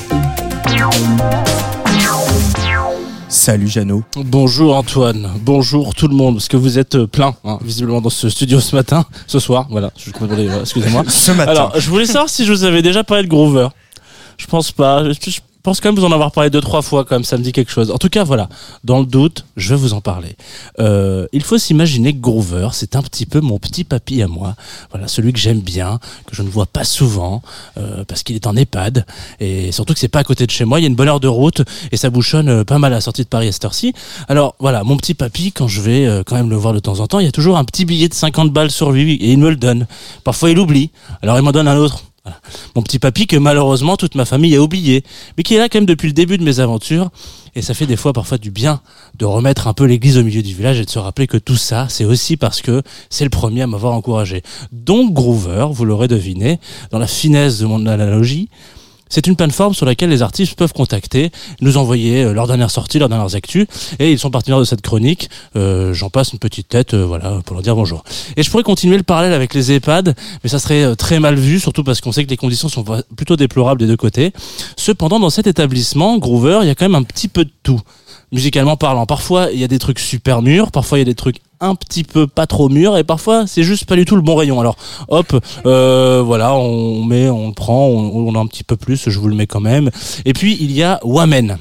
Salut Jeannot. Bonjour Antoine, bonjour tout le monde, parce que vous êtes plein, hein, visiblement dans ce studio ce matin, ce soir, voilà, je comprenais, excusez-moi. Ce matin. Alors, je voulais savoir si je vous avais déjà parlé de Groover. Je pense pas, je, je pense quand même vous en avoir parlé deux, trois fois, quand même, ça me dit quelque chose. En tout cas, voilà, dans le doute, je vais vous en parler. Euh, il faut s'imaginer que Groover, c'est un petit peu mon petit papy à moi. Voilà, celui que j'aime bien, que je ne vois pas souvent, euh, parce qu'il est en EHPAD, et surtout que c'est pas à côté de chez moi, il y a une bonne heure de route, et ça bouchonne euh, pas mal à la sortie de Paris à cette heure-ci. Alors, voilà, mon petit papy, quand je vais euh, quand même le voir de temps en temps, il y a toujours un petit billet de cinquante balles sur lui, et il me le donne. Parfois, il oublie, alors il m'en donne un autre. Voilà. Mon petit papy que malheureusement toute ma famille a oublié, mais qui est là quand même depuis le début de mes aventures, et ça fait des fois parfois du bien de remettre un peu l'église au milieu du village et de se rappeler que tout ça, c'est aussi parce que c'est le premier à m'avoir encouragé. Donc Groover, vous l'aurez deviné, dans la finesse de mon analogie, c'est une plateforme sur laquelle les artistes peuvent contacter, nous envoyer leurs dernières sorties, leurs dernières actus, et ils sont partenaires de cette chronique. Euh, j'en passe une petite tête, euh, voilà, pour leur dire bonjour. Et je pourrais continuer le parallèle avec les EHPAD, mais ça serait euh, très mal vu, surtout parce qu'on sait que les conditions sont plutôt déplorables des deux côtés. Cependant, dans cet établissement, Groover, il y a quand même un petit peu de tout. Musicalement parlant, parfois il y a des trucs super mûrs, parfois il y a des trucs un petit peu pas trop mûrs, et parfois c'est juste pas du tout le bon rayon. Alors hop, euh, voilà, on met, on le prend, on, on a un petit peu plus, je vous le mets quand même. Et puis il y a Wamen.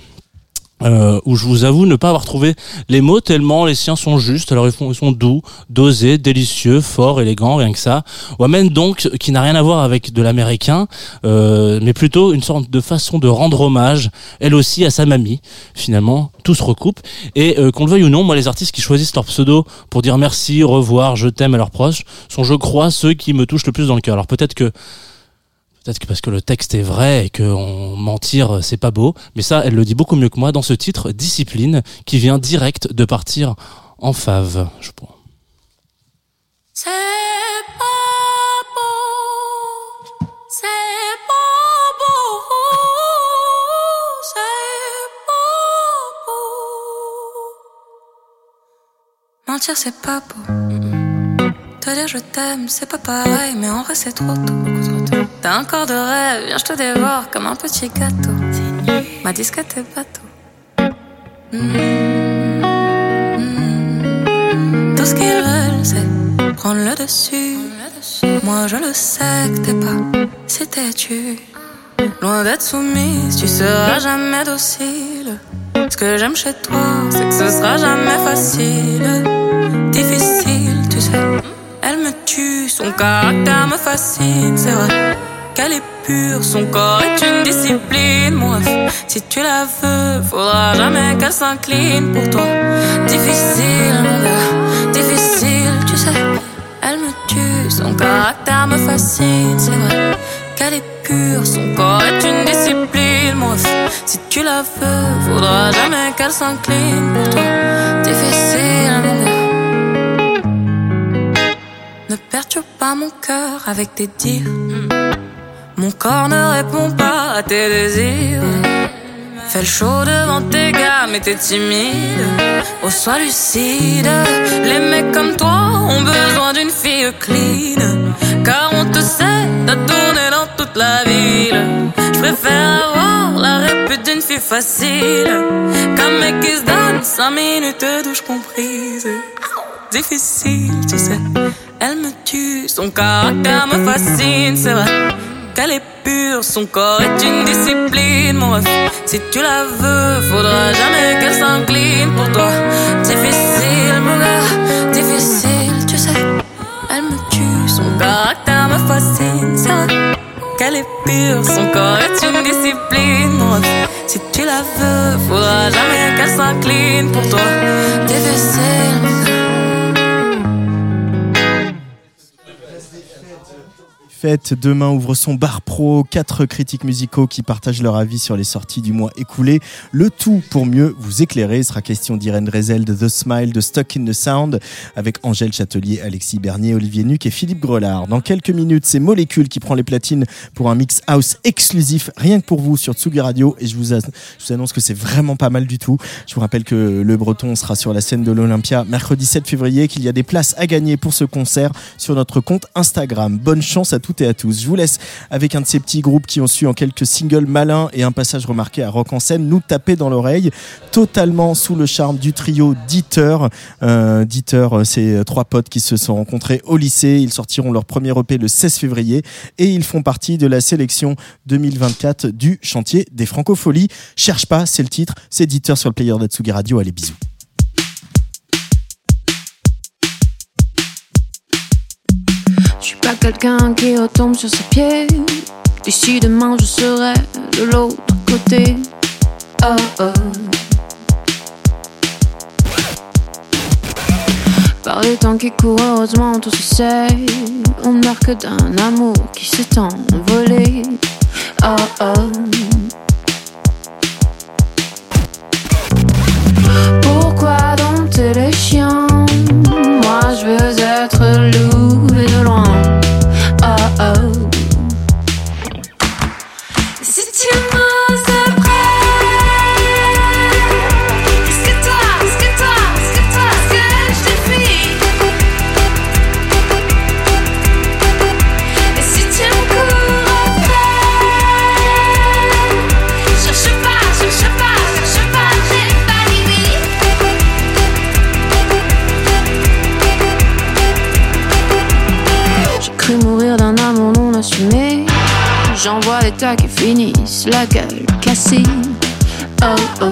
Euh, où je vous avoue ne pas avoir trouvé les mots tellement les siens sont justes. Alors ils, font, ils sont doux, dosés, délicieux, forts, élégants, rien que ça. Wamen donc, qui n'a rien à voir avec de l'américain, euh, mais plutôt une sorte de façon de rendre hommage, elle aussi, à sa mamie. Finalement, tout se recoupe. Et euh, qu'on le veuille ou non, moi les artistes qui choisissent leur pseudo pour dire merci, au revoir, je t'aime à leurs proches, sont je crois ceux qui me touchent le plus dans le cœur. Alors peut-être que Peut-être que parce que le texte est vrai et que on mentir, c'est pas beau. Mais ça, elle le dit beaucoup mieux que moi dans ce titre, Discipline, qui vient direct de partir en fave, je pense. C'est pas beau, c'est pas beau, c'est pas beau. Mentir, c'est pas beau. Te dire je t'aime, c'est pas pareil, mais en vrai, c'est trop tôt, beaucoup trop tôt. T'as un corps de rêve, viens je te dévore comme un petit gâteau. Ma disquette est bateau. Mmh, mmh. Tout ce qu'ils veulent c'est prendre le dessus. Moi je le sais que t'es pas si têtu. Loin d'être soumise, tu seras jamais docile. Ce que j'aime chez toi, c'est que ce sera jamais facile. Difficile, tu sais. Elle me tue, son caractère me fascine, c'est vrai qu'elle est pure, son corps est une discipline. Moi, si tu la veux, faudra jamais qu'elle s'incline pour toi. Difficile, mon gars, difficile, tu sais. Elle me tue, son caractère me fascine, c'est vrai qu'elle est pure, son corps est une discipline. Moi, si tu la veux, faudra jamais qu'elle s'incline pour toi. Difficile, mon gars. Ne perturbe pas mon cœur avec tes dires. Mon corps ne répond pas à tes désirs. Fais le show devant tes gars, mais t'es timide. Oh, sois lucide. Les mecs comme toi ont besoin d'une fille clean. Car on te sait, t'as tourné dans toute la ville. Je préfère avoir la répute d'une fille facile qu'un mec qui se donne cinq minutes de douche comprise. Difficile, tu sais. Elle me tue, son caractère me fascine, c'est vrai qu'elle est pure, son corps est une discipline. Mon ref, si tu la veux, faudra jamais qu'elle s'incline pour toi. Difficile, mon gars, difficile, tu sais. Elle me tue, son caractère me fascine, c'est vrai qu'elle est pure, son corps est une discipline. Mon ref, si tu la veux, faudra jamais qu'elle s'incline pour toi. Difficile, mon gars. fête. Demain ouvre son bar pro. Quatre critiques musicaux qui partagent leur avis sur les sorties du mois écoulé. Le tout pour mieux vous éclairer. Il sera question d'Irène Drezel, de The Smile, de Stuck in the Sound, avec Angèle Châtelier, Alexis Bernier, Olivier Nuc et Philippe Grelard. Dans quelques minutes, c'est Molécule qui prend les platines pour un mix house exclusif, rien que pour vous sur Tsugi Radio. Et je vous, a- je vous annonce que c'est vraiment pas mal du tout. Je vous rappelle que Le Breton sera sur la scène de l'Olympia mercredi sept février, qu'il y a des places à gagner pour ce concert sur notre compte Instagram. Bonne chance à toutes et à tous. Je vous laisse avec un de ces petits groupes qui ont su en quelques singles malins et un passage remarqué à Rock en scène nous taper dans l'oreille, totalement sous le charme du trio Dieter. Euh, Dieter, c'est trois potes qui se sont rencontrés au lycée. Ils sortiront leur premier E P le seize février et ils font partie de la sélection deux mille vingt-quatre du chantier des Francopholies. Cherche pas, c'est le titre. C'est Dieter sur le player d'Atsugi Radio. Allez, bisous. Je suis pas quelqu'un qui retombe sur ses pieds. D'ici demain je serai de l'autre côté. Oh oh. Par les temps qui courent, heureusement tout se sait. On ne meurt que d'un amour qui s'est envolé. Oh oh. Pourquoi dompter les chiens? Moi je veux être loup et de loin. Oh oh. Si tu m'oses de près, est-ce que toi, est-ce que toi, est-ce que toi, est-ce que je te fuis? Et si tu me cours après, cherche pas, cherche pas, cherche pas, j'ai pas dit oui. J'ai cru mourir d'un amour non assumé. J'envoie les tas qui finissent la gueule cassée. Oh oh.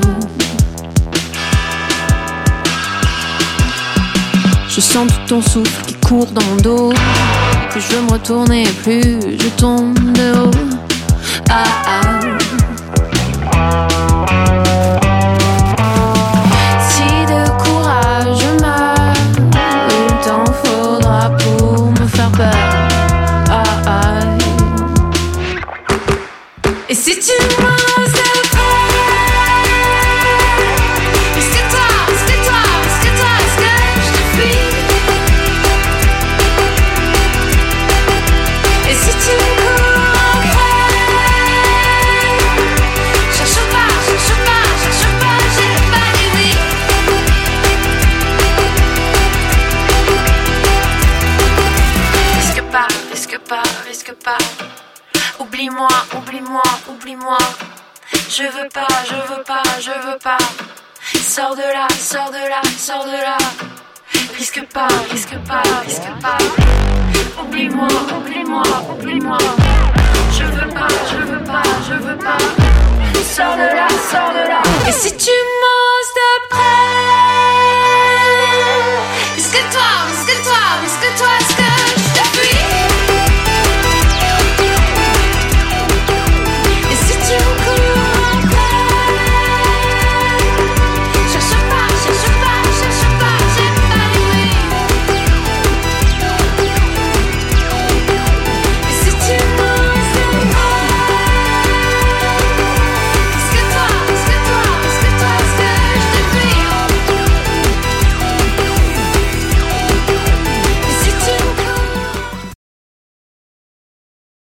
Je sens tout ton souffle qui court dans mon dos. Plus je veux me retourner, plus je tombe de haut. Ah ah. Si de courage je meurs, il t'en faudra pour me faire peur. Ah ah. Et si tu m'oses de près, est-ce que toi, est-ce que toi, est-ce que toi, est-ce que je te fuis? Et si tu me cours après, cherche pas, cherche pas, cherche pas, j'ai pas dit oui. Risque pas, risque pas, risque pas. Oublie-moi, oublie-moi, oublie-moi. Je veux pas, je veux pas, je veux pas. Sors de là, sors de là, sors de là. Risque pas, risque pas, risque pas. Oublie-moi, oublie-moi, oublie-moi. Je veux pas, je veux pas, je veux pas. Sors de là, sors de là. Et si tu m'oses de près, est-ce que toi, est-ce que toi, est-ce que toi,